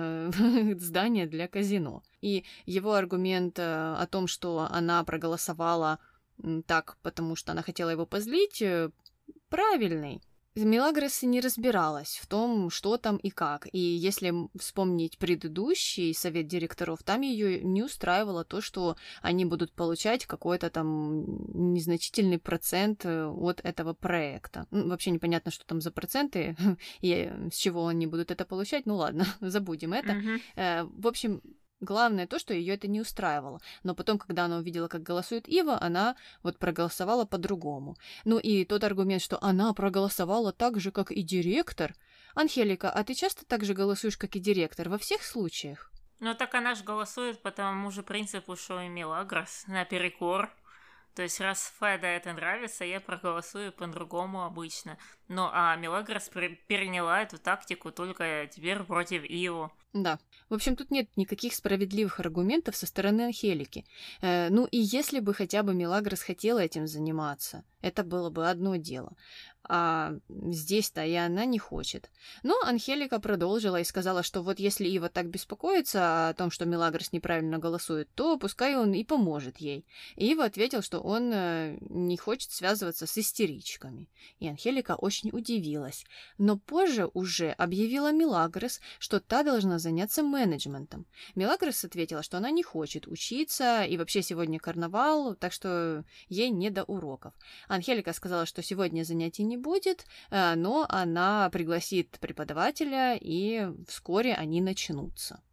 здания для казино. И его аргумент о том, что она проголосовала так, потому что она хотела его позлить, правильный. Мелагрос не разбиралась в том, что там и как. И если вспомнить предыдущий совет директоров, там ее не устраивало то, что они будут получать какой-то там незначительный процент от этого проекта. Вообще непонятно, что там за проценты и с чего они будут это получать. Ну ладно, забудем это. В общем, главное то, что ее это не устраивало. Но потом, когда она увидела, как голосует Ива, она вот проголосовала по-другому. Ну и тот аргумент, что она проголосовала так же, как и директор. Анхелика, а ты часто так же голосуешь, как и директор? Во всех случаях? Ну так она же голосует по тому же принципу, что и Мелагрос, наперекор. То есть, раз Феда это нравится, я проголосую по-другому обычно. Ну, а Мелагрос переняла эту тактику только теперь против Иву. Да. В общем, тут нет никаких справедливых аргументов со стороны Анхелики. Ну и если бы хотя бы Мелагрос хотела этим заниматься, это было бы одно дело. А здесь-то и она не хочет. Но Анхелика продолжила и сказала, что вот если Ива так беспокоится о том, что Мелагрос неправильно голосует, то пускай он и поможет ей. И Ива ответил, что он не хочет связываться с истеричками. И Анхелика очень удивилась. Но позже уже объявила Мелагрос, что та должна заняться менеджментом. Мелагрос ответила, что она не хочет учиться, и вообще сегодня карнавал, так что ей не до уроков. Анхелика сказала, что сегодня занятий не будет, но она пригласит преподавателя, и вскоре они начнутся.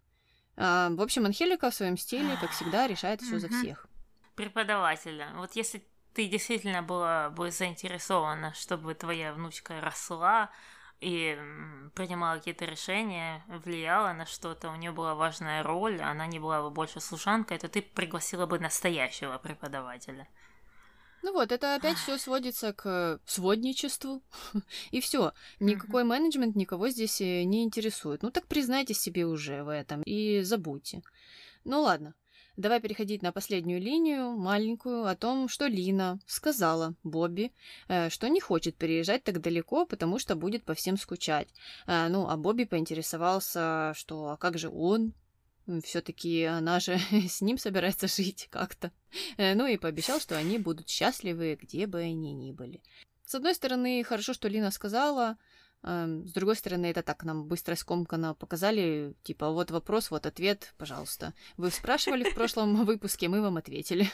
В общем, Анхелика в своем стиле, как всегда, решает все за всех. Преподавателя. Вот если ты действительно была бы заинтересована, чтобы твоя внучка росла и принимала какие-то решения, влияла на что-то, у нее была важная роль, она не была бы больше служанкой, то ты пригласила бы настоящего преподавателя. Ну вот, это опять все сводится к сводничеству. И все. Никакой менеджмент никого здесь не интересует. Ну так признайтесь себе уже в этом и забудьте. Ну ладно. Давай переходить на последнюю линию, маленькую, о том, что Лина сказала Бобби, что не хочет переезжать так далеко, потому что будет по всем скучать. Ну, а Бобби поинтересовался, что а как же он? Все-таки она же с ним собирается жить как-то. Ну и пообещал, что они будут счастливы, где бы они ни были. С одной стороны, хорошо, что Лина сказала. С другой стороны, это так нам быстро скомканно показали. Типа, вот вопрос, вот ответ, пожалуйста. Вы спрашивали в прошлом выпуске, мы вам ответили.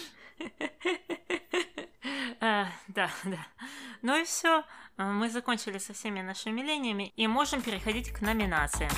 Да. Ну и все. Мы закончили со всеми нашими линиями и можем переходить к номинациям.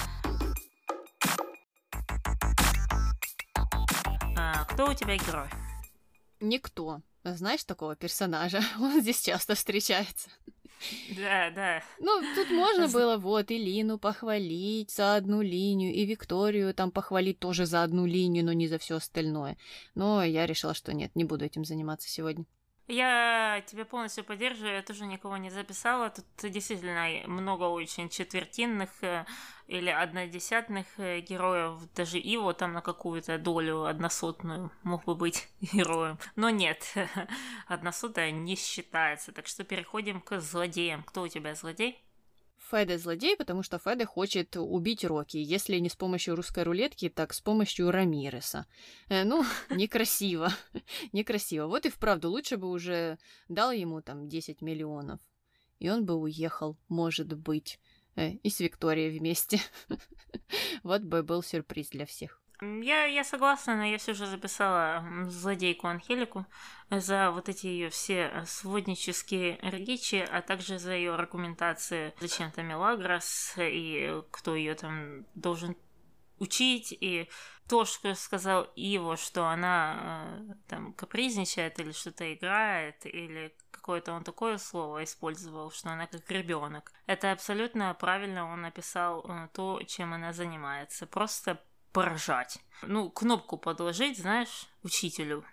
Кто у тебя герой? Никто. Знаешь такого персонажа? Он здесь часто встречается. Да. Ну, тут можно было вот и Лину похвалить за одну линию, и Викторию там похвалить тоже за одну линию, но не за все остальное. Но я решила, что нет, не буду этим заниматься сегодня. Я тебя полностью поддерживаю, я тоже никого не записала. Тут действительно много очень четвертинных или однодесятных героев. Даже Иво там на какую-то долю односотную мог бы быть героем. Но нет, односотая не считается. Так что переходим к злодеям. Кто у тебя злодей? Феде злодей, потому что Феде хочет убить Рокки. Если не с помощью русской рулетки, так с помощью Рамиреса. Ну, некрасиво. Некрасиво. Вот и вправду лучше бы уже дал ему там 10 миллионов. И он бы уехал, может быть. И с Викторией вместе. Вот бы был сюрприз для всех. Я согласна, но я все же записала злодейку Анхелику за вот эти ее все своднические речи, а также за ее аргументации, зачем-то Мелагрос и кто ее там должен учить, и то, что сказал Иво, что она там капризничает или что-то играет, или какое-то он такое слово использовал, что она как ребенок. Это абсолютно правильно он написал то, чем она занимается. Просто поражать. Ну, кнопку подложить, знаешь, учителю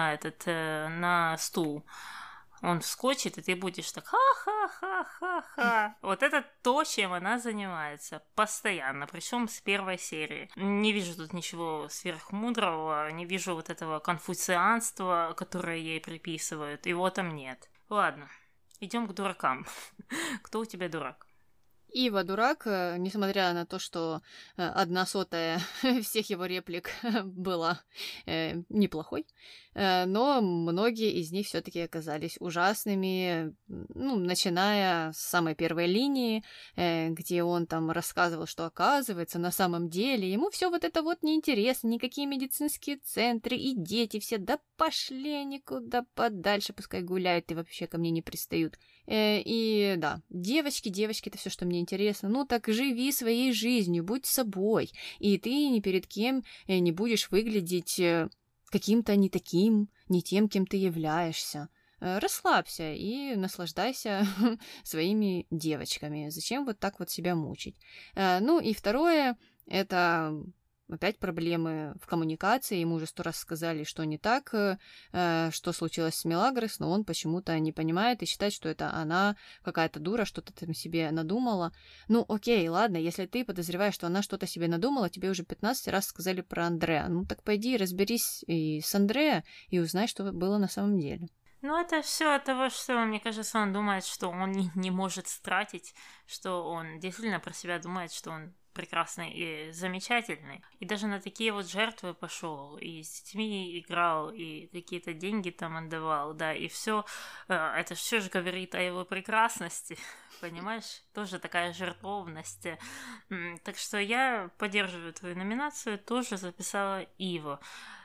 на стул. Он вскочит, и ты будешь так ха-ха-ха-ха-ха. Вот это то, чем она занимается постоянно, причем с первой серии. Не вижу тут ничего сверхмудрого, не вижу вот этого конфуцианства, которое ей приписывают, его там нет. Ладно, идем к дуракам. Кто у тебя дурак? Ива дурак, несмотря на то, что 1/100 всех его реплик была неплохой, но многие из них все-таки оказались ужасными, ну, начиная с самой первой линии, где он там рассказывал, что оказывается на самом деле ему все вот это вот неинтересно, никакие медицинские центры и дети все, да пошли они куда подальше, пускай гуляют и вообще ко мне не пристают. И да, девочки, это все, что мне интересно. Ну так живи своей жизнью, будь собой, и ты ни перед кем не будешь выглядеть каким-то не таким, не тем, кем ты являешься. Расслабься и наслаждайся своими девочками. Зачем вот так вот себя мучить? Ну и второе, это опять проблемы в коммуникации. Ему уже 100 раз сказали, что не так, что случилось с Мелагрос, но он почему-то не понимает и считает, что это она какая-то дура, что-то там себе надумала. Ну окей, ладно, если ты подозреваешь, что она что-то себе надумала, тебе уже 15 раз сказали про Андреа. Ну так пойди разберись и с Андреа и узнай, что было на самом деле. Ну, это все от того, что, мне кажется, он думает, что он не может стратить, что он действительно про себя думает, что он прекрасный и замечательный. И даже на такие вот жертвы пошел, и с детьми играл, и какие-то деньги там отдавал, да, и все. Это все же говорит о его прекрасности, понимаешь? Тоже такая жертвовность. Так что я поддерживаю твою номинацию, тоже записала Иво.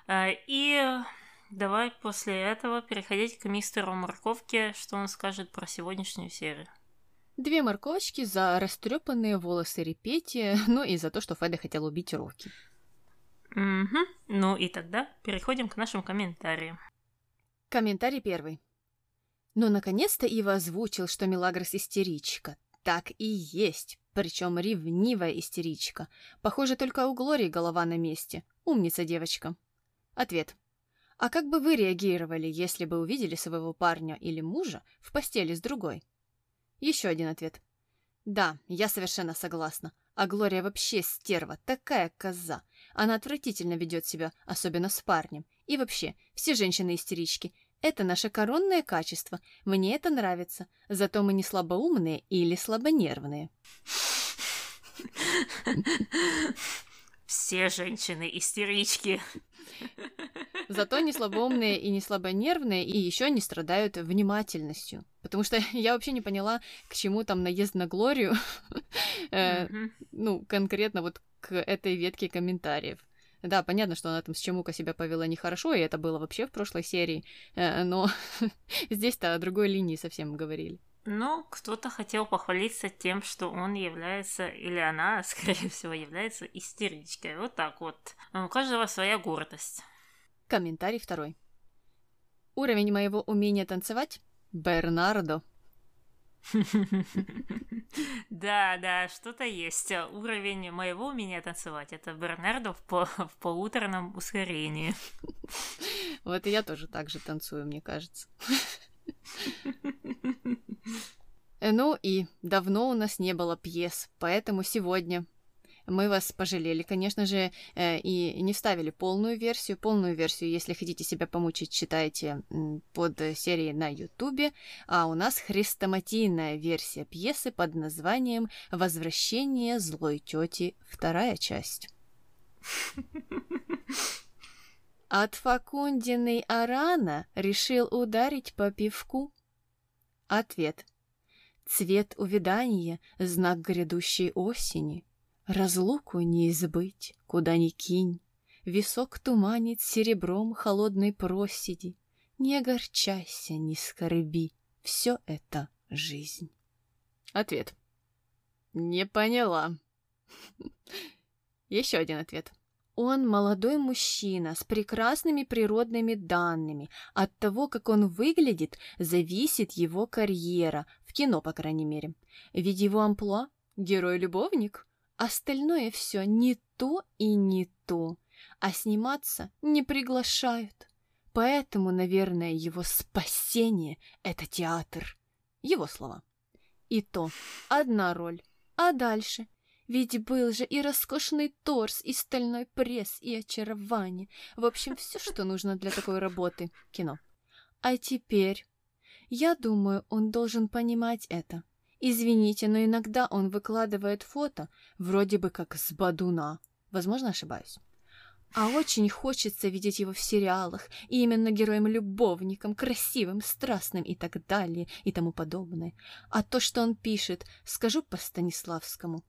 И давай после этого переходить к мистеру Морковке, что он скажет про сегодняшнюю серию. 2 морковочки за растрепанные волосы Репетия, ну и за то, что Феда хотел убить Рокки. Угу. Ну и тогда переходим к нашим комментариям. Комментарий 1. Ну, наконец-то Ива озвучил, что Мелагрос истеричка. Так и есть, причем ревнивая истеричка. Похоже, только у Глории голова на месте. Умница девочка. Ответ. А как бы вы реагировали, если бы увидели своего парня или мужа в постели с другой? Еще один ответ. Да, я совершенно согласна. А Глория вообще стерва, такая коза. Она отвратительно ведет себя, особенно с парнем. И вообще, все женщины-истерички. Это наше коронное качество. Мне это нравится. Зато мы не слабоумные или слабонервные. Все женщины-истерички. Зато не слабоумные и не слабонервные, и еще не страдают внимательностью. Потому что я вообще не поняла, к чему там наезд на Глорию, ну, конкретно вот к этой ветке комментариев. Да, понятно, что она там с Чемука себя повела нехорошо, и это было вообще в прошлой серии, но здесь-то о другой линии совсем говорили. Ну, кто-то хотел похвалиться тем, что он является, или она, скорее всего, является истеричкой. Вот так вот. У каждого своя гордость. Комментарий 2. Уровень моего умения танцевать — Бернардо. Да, что-то есть. Уровень моего умения танцевать — это Бернардо в полуторном ускорении. Вот и я тоже так же танцую, мне кажется. Ну и давно у нас не было пьес, поэтому сегодня мы вас пожалели, конечно же, и не вставили полную версию. Полную версию, если хотите себя помучить, читайте под серией на Ютубе. А у нас хрестоматийная версия пьесы под названием «Возвращение злой тети. 2 часть». От Факундиной Арана решил ударить по пивку. Ответ. Цвет увядания — знак грядущей осени. Разлуку не избыть, куда ни кинь. Висок туманит серебром холодной проседи. Не огорчайся, не скорби, все это жизнь. Ответ. Не поняла. Еще один ответ. Он молодой мужчина с прекрасными природными данными. От того, как он выглядит, зависит его карьера, в кино, по крайней мере. Ведь его амплуа — герой-любовник. Остальное все не то и не то, а сниматься не приглашают. Поэтому, наверное, его спасение — это театр. Его слова. И то одна роль. А дальше? Ведь был же и роскошный торс, и стальной пресс, и очарование. В общем, все, что нужно для такой работы. Кино. А теперь... Я думаю, он должен понимать это. Извините, но иногда он выкладывает фото вроде бы как с Бадуна. Возможно, ошибаюсь. А очень хочется видеть его в сериалах, и именно героем-любовником, красивым, страстным и так далее, и тому подобное. А то, что он пишет, скажу по Станиславскому,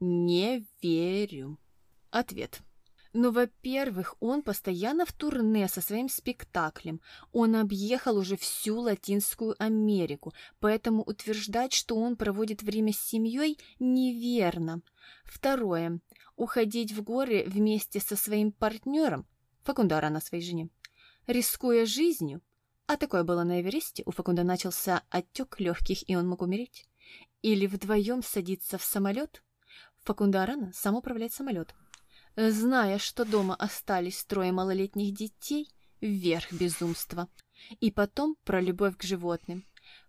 не верю. Ответ. Ну, во-первых, он постоянно в турне со своим спектаклем. Он объехал уже всю Латинскую Америку, поэтому утверждать, что он проводит время с семьей, неверно. Второе. Уходить в горы вместе со своим партнером, Факунда Арана своей жене, рискуя жизнью, а такое было на Эвересте, у Факунда начался отек легких, и он мог умереть, или вдвоем садиться в самолет, Факунда Арана сам управляет самолет, зная, что дома остались 3 малолетних детей, вверх безумства. И потом про любовь к животным.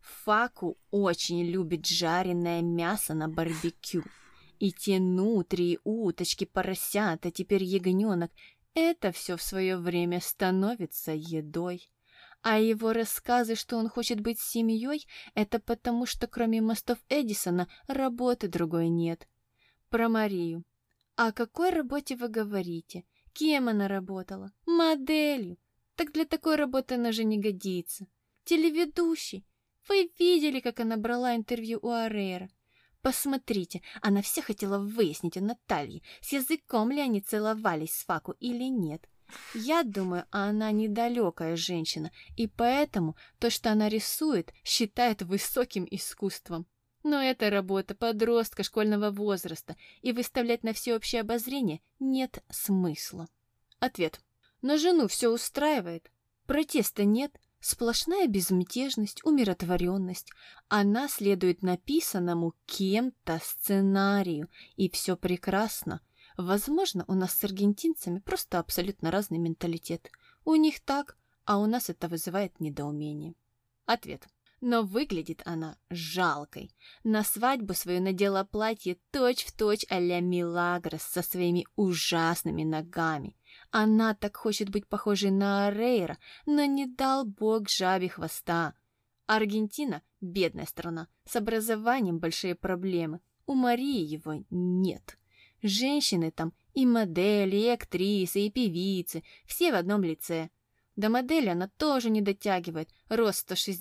Факу очень любит жареное мясо на барбекю. И те нутрии, уточки, поросята, теперь ягненок — это все в свое время становится едой. А его рассказы, что он хочет быть семьей, это потому, что кроме мостов Эдисона работы другой нет. Про Марию. О какой работе вы говорите? Кем она работала? Моделью. Так для такой работы она же не годится. Телеведущий. Вы видели, как она брала интервью у Арейра? Посмотрите, она все хотела выяснить у Натальи, с языком ли они целовались с Факу или нет. Я думаю, она недалекая женщина, и поэтому то, что она рисует, считает высоким искусством. Но это работа подростка школьного возраста, и выставлять на всеобщее обозрение нет смысла. Ответ. Но жену все устраивает. Протеста нет. Сплошная безмятежность, умиротворенность. Она следует написанному кем-то сценарию, и все прекрасно. Возможно, у нас с аргентинцами просто абсолютно разный менталитет. У них так, а у нас это вызывает недоумение. Ответ. Но выглядит она жалкой. На свадьбу свою надела платье точь-в-точь а-ля Милагрос со своими ужасными ногами. Она так хочет быть похожей на Арейра, но не дал бог жабе хвоста. Аргентина — бедная страна, с образованием большие проблемы. У Марии его нет. Женщины там и модели, и актрисы, и певицы, все в одном лице. До модели она тоже не дотягивает, рост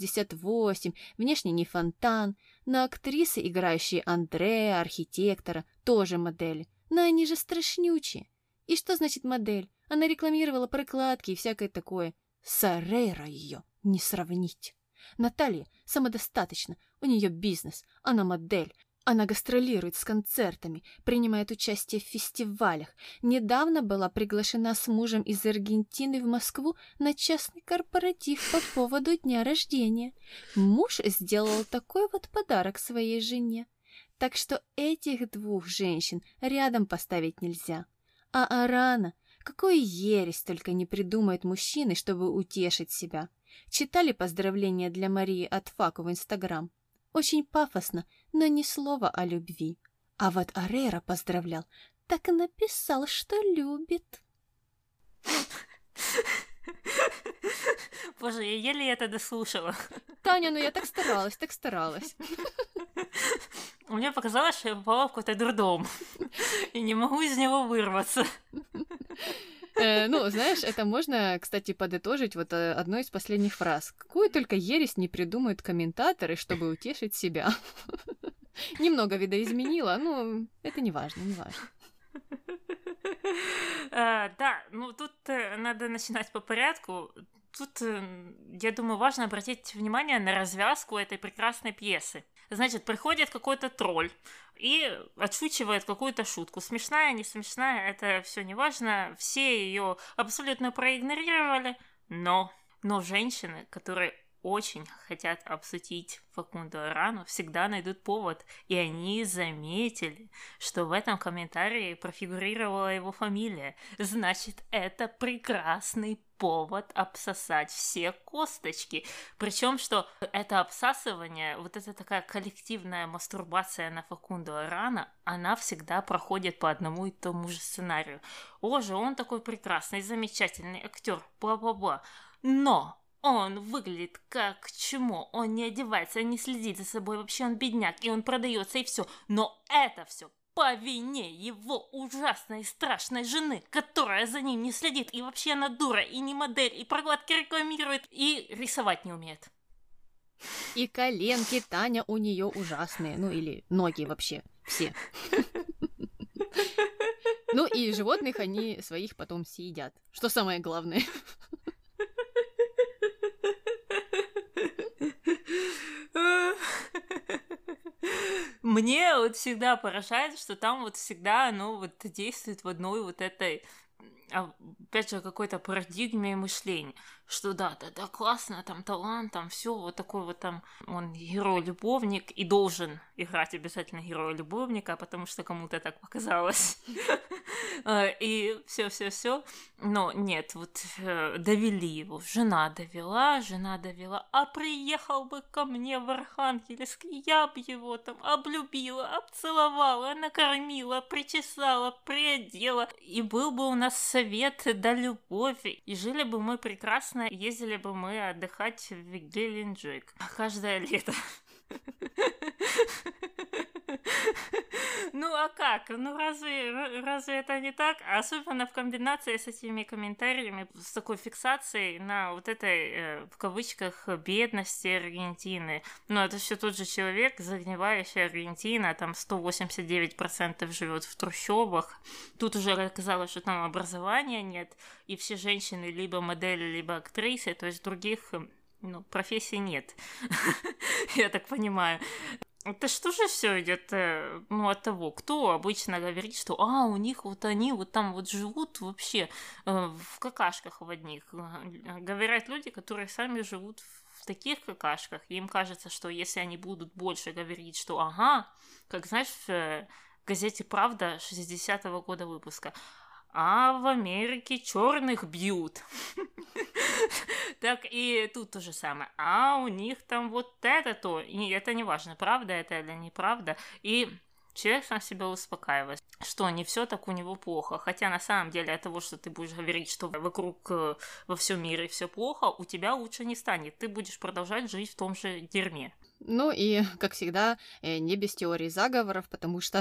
168, внешне не фонтан, но актрисы, играющие Андреа, архитектора, тоже модели, но они же страшнючие. И что значит модель? Она рекламировала прокладки и всякое такое. С Арейро ее не сравнить. Наталья самодостаточна, у нее бизнес, она модель. Она гастролирует с концертами, принимает участие в фестивалях. Недавно была приглашена с мужем из Аргентины в Москву на частный корпоратив по поводу дня рождения. Муж сделал такой вот подарок своей жене. Так что этих двух женщин рядом поставить нельзя. А Арана, какую ересь только не придумает мужчины, чтобы утешить себя. Читали поздравления для Марии от Факу в Инстаграм? Очень пафосно, но ни слова о любви. А вот Арейра поздравлял, так и написал, что любит. Боже, я еле это дослушала. Таня, ну я так старалась, так старалась. Мне показалось, что я попала в какой-то дурдом. И не могу из него вырваться. Ну, знаешь, это можно, кстати, подытожить вот одной из последних фраз. Какую только ересь не придумают комментаторы, чтобы утешить себя. Немного видоизменила, но это не важно, не важно. Да, ну тут надо начинать по порядку. Тут, я думаю, важно обратить внимание на развязку этой прекрасной пьесы. Значит, приходит какой-то тролль и отшучивает какую-то шутку. Смешная, не смешная, это все не важно. Все ее абсолютно проигнорировали, но женщины, которые очень хотят обсудить Факундо Арану, всегда найдут повод. И они заметили, что в этом комментарии профигурировала его фамилия. Значит, это прекрасный повод обсосать все косточки. Причем, что это обсасывание, вот эта такая коллективная мастурбация на Факундо Арана, она всегда проходит по одному и тому же сценарию. О же, он такой прекрасный, замечательный актер, бла-бла-бла. Но он выглядит как чмо, он не одевается, не следит за собой, вообще он бедняк, и он продается, и все. Но это все по вине его ужасной и страшной жены, которая за ним не следит, и вообще она дура, и не модель, и прокладки рекламирует, и рисовать не умеет. И коленки Таня у нее ужасные, ну или ноги вообще, все. Ну и животных они своих потом съедят, что самое главное. Мне вот всегда поражает, что там вот всегда оно вот действует в одной вот этой, опять же, какой-то парадигме мышления, что да, классно, там талант, там все вот такой вот там, он герой-любовник и должен играть обязательно героя-любовника, потому что кому-то так показалось. И все. Но нет, вот довели его, жена довела, а приехал бы ко мне в Архангельск, я б его там облюбила, обцеловала, накормила, причесала, приодела, и был бы у нас совет да любовь, и жили бы мы прекрасно, ездили бы мы отдыхать в Геленджик каждое лето. Ну а как? Ну разве это не так? Особенно в комбинации с этими комментариями, с такой фиксацией на вот этой, в кавычках, бедности Аргентины. Ну это все тот же человек, загнивающий Аргентина, там 189% живет в трущобах. Тут уже оказалось, что там образования нет, и все женщины либо модели, либо актрисы, то есть других профессий нет. Я так понимаю. Это что же все идет, от того, кто обычно говорит, что у них вот они вот там вот живут вообще в какашках в одних. Говорят люди, которые сами живут в таких какашках. И им кажется, что если они будут больше говорить, что как знаешь, в газете «Правда» 60-го года выпуска, а в Америке черных бьют. Так и тут то же самое. А у них там вот это-то. И это не важно, правда это или неправда. И человек сам себя успокаивает, что не все так у него плохо. Хотя на самом деле от того, что ты будешь говорить, что вокруг во всем мире все плохо, у тебя лучше не станет. Ты будешь продолжать жить в том же дерьме. Ну и, как всегда, не без теории заговоров, потому что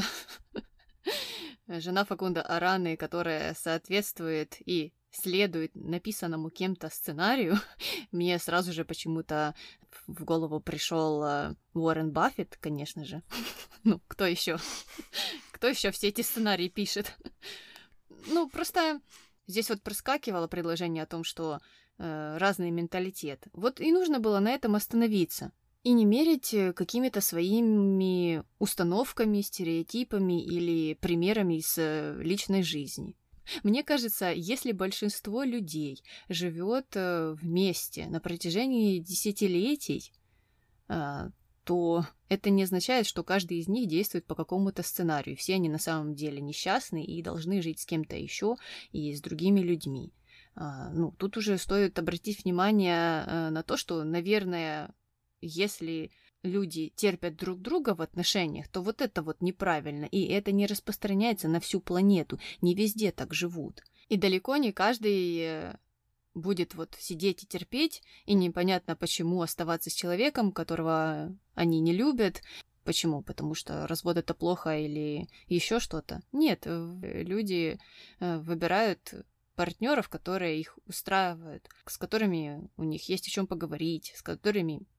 жена Факундо Араны, которая соответствует и следует написанному кем-то сценарию, мне сразу же почему-то в голову пришел Уоррен Баффет, конечно же. Ну, кто еще? Кто еще все эти сценарии пишет? Ну, просто здесь вот проскакивало предложение о том, что разный менталитет. Вот и нужно было на этом остановиться. И не мерить какими-то своими установками, стереотипами или примерами из личной жизни. Мне кажется, если большинство людей живет вместе на протяжении десятилетий, то это не означает, что каждый из них действует по какому-то сценарию. Все они на самом деле несчастны и должны жить с кем-то еще и с другими людьми. Тут уже стоит обратить внимание на то, что, наверное, если люди терпят друг друга в отношениях, то вот это вот неправильно, и это не распространяется на всю планету, не везде так живут. И далеко не каждый будет вот сидеть и терпеть, и непонятно почему оставаться с человеком, которого они не любят. Почему? Потому что развод это плохо или еще что-то? Нет, люди выбирают партнеров, которые их устраивают, с которыми у них есть о чем поговорить, с которыми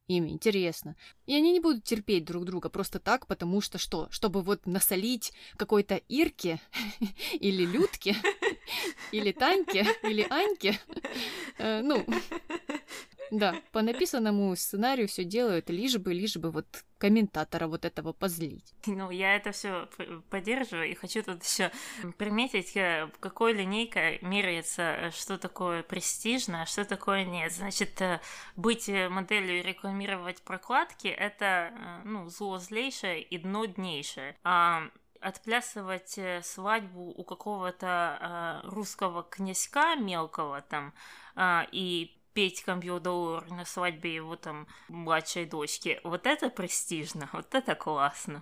им интересно. И они не будут терпеть друг друга просто так, потому что что? Чтобы вот насолить какой-то Ирке или Людке, или Таньке, или Аньке. Ну, да, по написанному сценарию все делают, лишь бы вот комментатора вот этого позлить. Ну, я это все поддерживаю и хочу тут еще приметить, какой линейкой меряется, что такое престижно, а что такое нет. Значит, быть моделью и рекламировать прокладки — это, ну, зло злейшее и дно днейшее. А отплясывать свадьбу у какого-то русского князька мелкого там и петь «Come Your Dollar» на свадьбе его там младшей дочки, вот это престижно, вот это классно.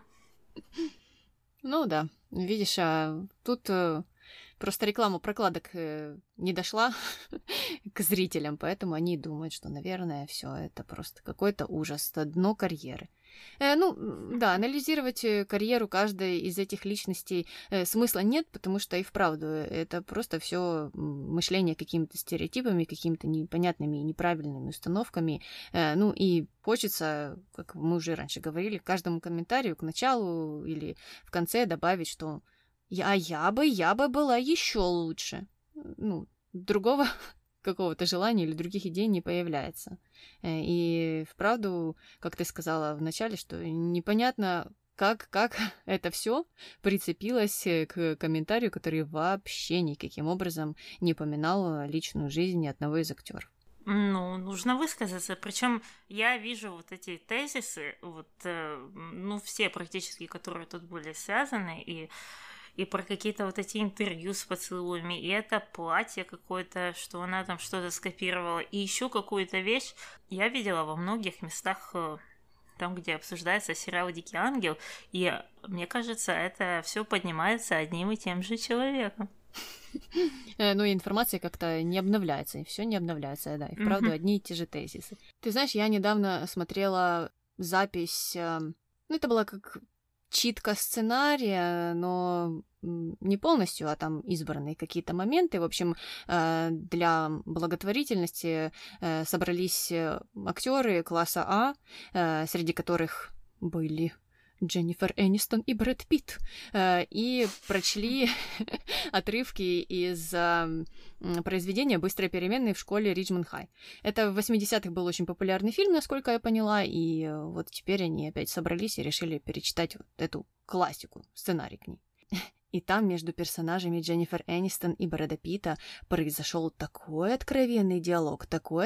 Ну да, видишь, тут просто реклама прокладок не дошла к зрителям, поэтому они думают, что, наверное, все это просто какой-то ужас, дно карьеры. Ну, да, анализировать карьеру каждой из этих личностей смысла нет, потому что и вправду это просто все мышление какими-то стереотипами, какими-то непонятными и неправильными установками. Ну, и хочется, как мы уже раньше говорили, к каждому комментарию к началу или в конце добавить, что я бы была еще лучше. Ну, другого какого-то желания или других идей не появляется. И вправду, как ты сказала в начале, что непонятно, как это все прицепилось к комментарию, который вообще никаким образом не поминал личную жизнь ни одного из актеров. Ну, нужно высказаться. Причем я вижу вот эти тезисы, вот, ну, все практически, которые тут были связаны, и про какие-то вот эти интервью с поцелуями, и это платье какое-то, что она там что-то скопировала, и еще какую-то вещь я видела во многих местах, там, где обсуждается сериал «Дикий ангел», и мне кажется, это все поднимается одним и тем же человеком. Ну, и информация как-то не обновляется, и все не обновляется, да, и вправду одни и те же тезисы. Ты знаешь, я недавно смотрела запись, ну, это была как читка сценария, но не полностью, а там избранные какие-то моменты. В общем, для благотворительности собрались актеры класса А, среди которых были Дженнифер Энистон и Брэд Питт, и прочли отрывки из произведения «Быстрые переменные в школе Риджмонд Хай». Это в 80-х был очень популярный фильм, насколько я поняла, и вот теперь они опять собрались и решили перечитать вот эту классику, сценарий к ней. И там между персонажами Дженнифер Энистон и Брэда Питта произошел такой откровенный диалог.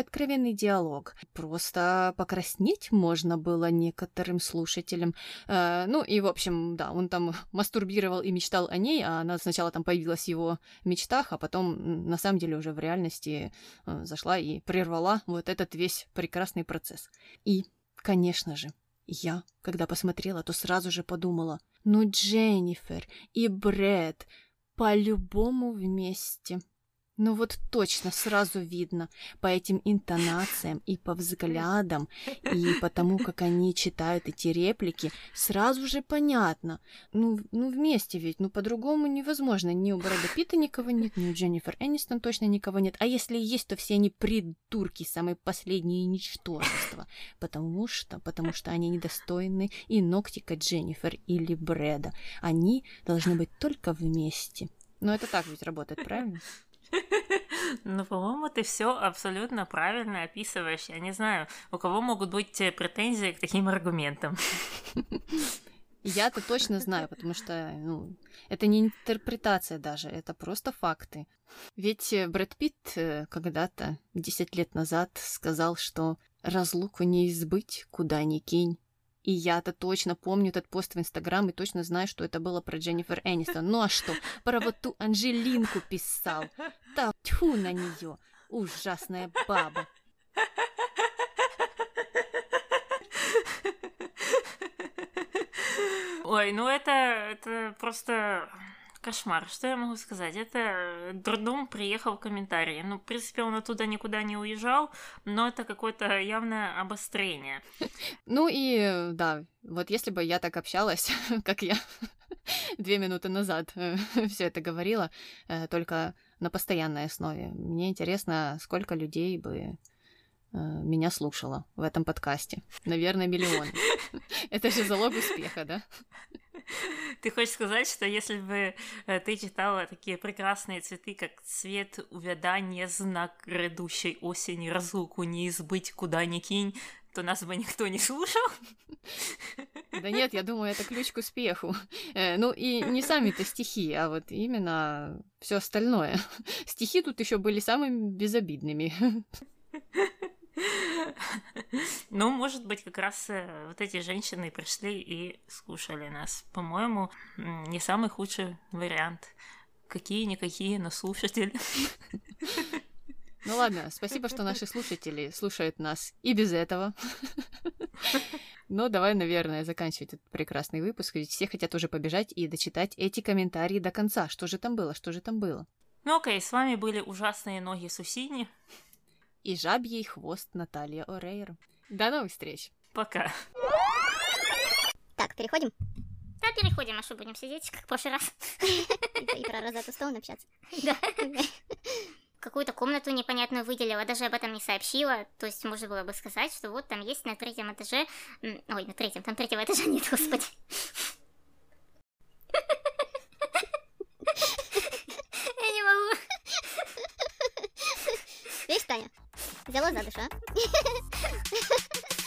Просто покраснеть можно было некоторым слушателям. Ну и, в общем, да, он там мастурбировал и мечтал о ней, а она сначала там появилась в его мечтах, а потом, на самом деле, уже в реальности зашла и прервала вот этот весь прекрасный процесс. И, конечно же, я, когда посмотрела, то сразу же подумала, ну, Дженнифер и Брэд по-любому вместе. Ну вот точно, сразу видно по этим интонациям и по взглядам, и по тому, как они читают эти реплики, сразу же понятно. Ну вместе ведь, ну по-другому невозможно. Ни у Брэда Питта никого нет, ни у Дженнифер Энистон точно никого нет. А если есть, то все они придурки, самые последние ничтожества. Потому что они недостойны и ногтика Дженнифер или Брэда. Они должны быть только вместе. Но это так ведь работает, правильно? Ну, по-моему, ты все абсолютно правильно описываешь. Я не знаю, у кого могут быть претензии к таким аргументам. Я-то точно знаю, потому что, ну, это не интерпретация даже, это просто факты. Ведь Брэд Питт когда-то, 10 лет назад, сказал, что разлуку не избыть, куда ни кинь. И я-то точно помню этот пост в Инстаграм и точно знаю, что это было про Дженнифер Энистон. Ну а что? Про вот ту Анжелинку писал. Да тьфу на нее, ужасная баба. Ой, ну это просто кошмар. Что я могу сказать? Это дурдом приехал в комментарии. Ну, в принципе, он оттуда никуда не уезжал, но это какое-то явное обострение. Ну и да, вот если бы я так общалась, как я 2 минуты назад все это говорила, только на постоянной основе. Мне интересно, сколько людей бы меня слушало в этом подкасте. Наверное, миллион. Это же залог успеха, да? Ты хочешь сказать, что если бы ты читала такие прекрасные цветы, как цвет увядания, знак грядущей осени, разлуку не избыть, куда ни кинь, то нас бы никто не слушал? Да нет, я думаю, это ключ к успеху. Ну и не сами-то стихи, а вот именно все остальное. Стихи тут еще были самыми безобидными. Ну, может быть, как раз вот эти женщины пришли и слушали нас. По-моему, не самый худший вариант. Какие-никакие, но слушатели. Ну ладно, спасибо, что наши слушатели слушают нас и без этого. Но давай, наверное, заканчивать этот прекрасный выпуск, ведь все хотят уже побежать и дочитать эти комментарии до конца. Что же там было, что же там было? Ну окей, с вами были ужасные ноги Сусини. И жабьей хвост Наталья Орейро. До новых встреч. Пока. Так, переходим? Да, переходим, а что, будем сидеть, как в прошлый раз? И про Розетту Стоун общаться. Да. Какую-то комнату непонятную выделила, даже об этом не сообщила. То есть можно было бы сказать, что вот там есть на 3-м этаже... Ой, на 3-м, там 3-го этажа нет, господи. Я не могу. Видишь, Таня? Взяло за душу, а?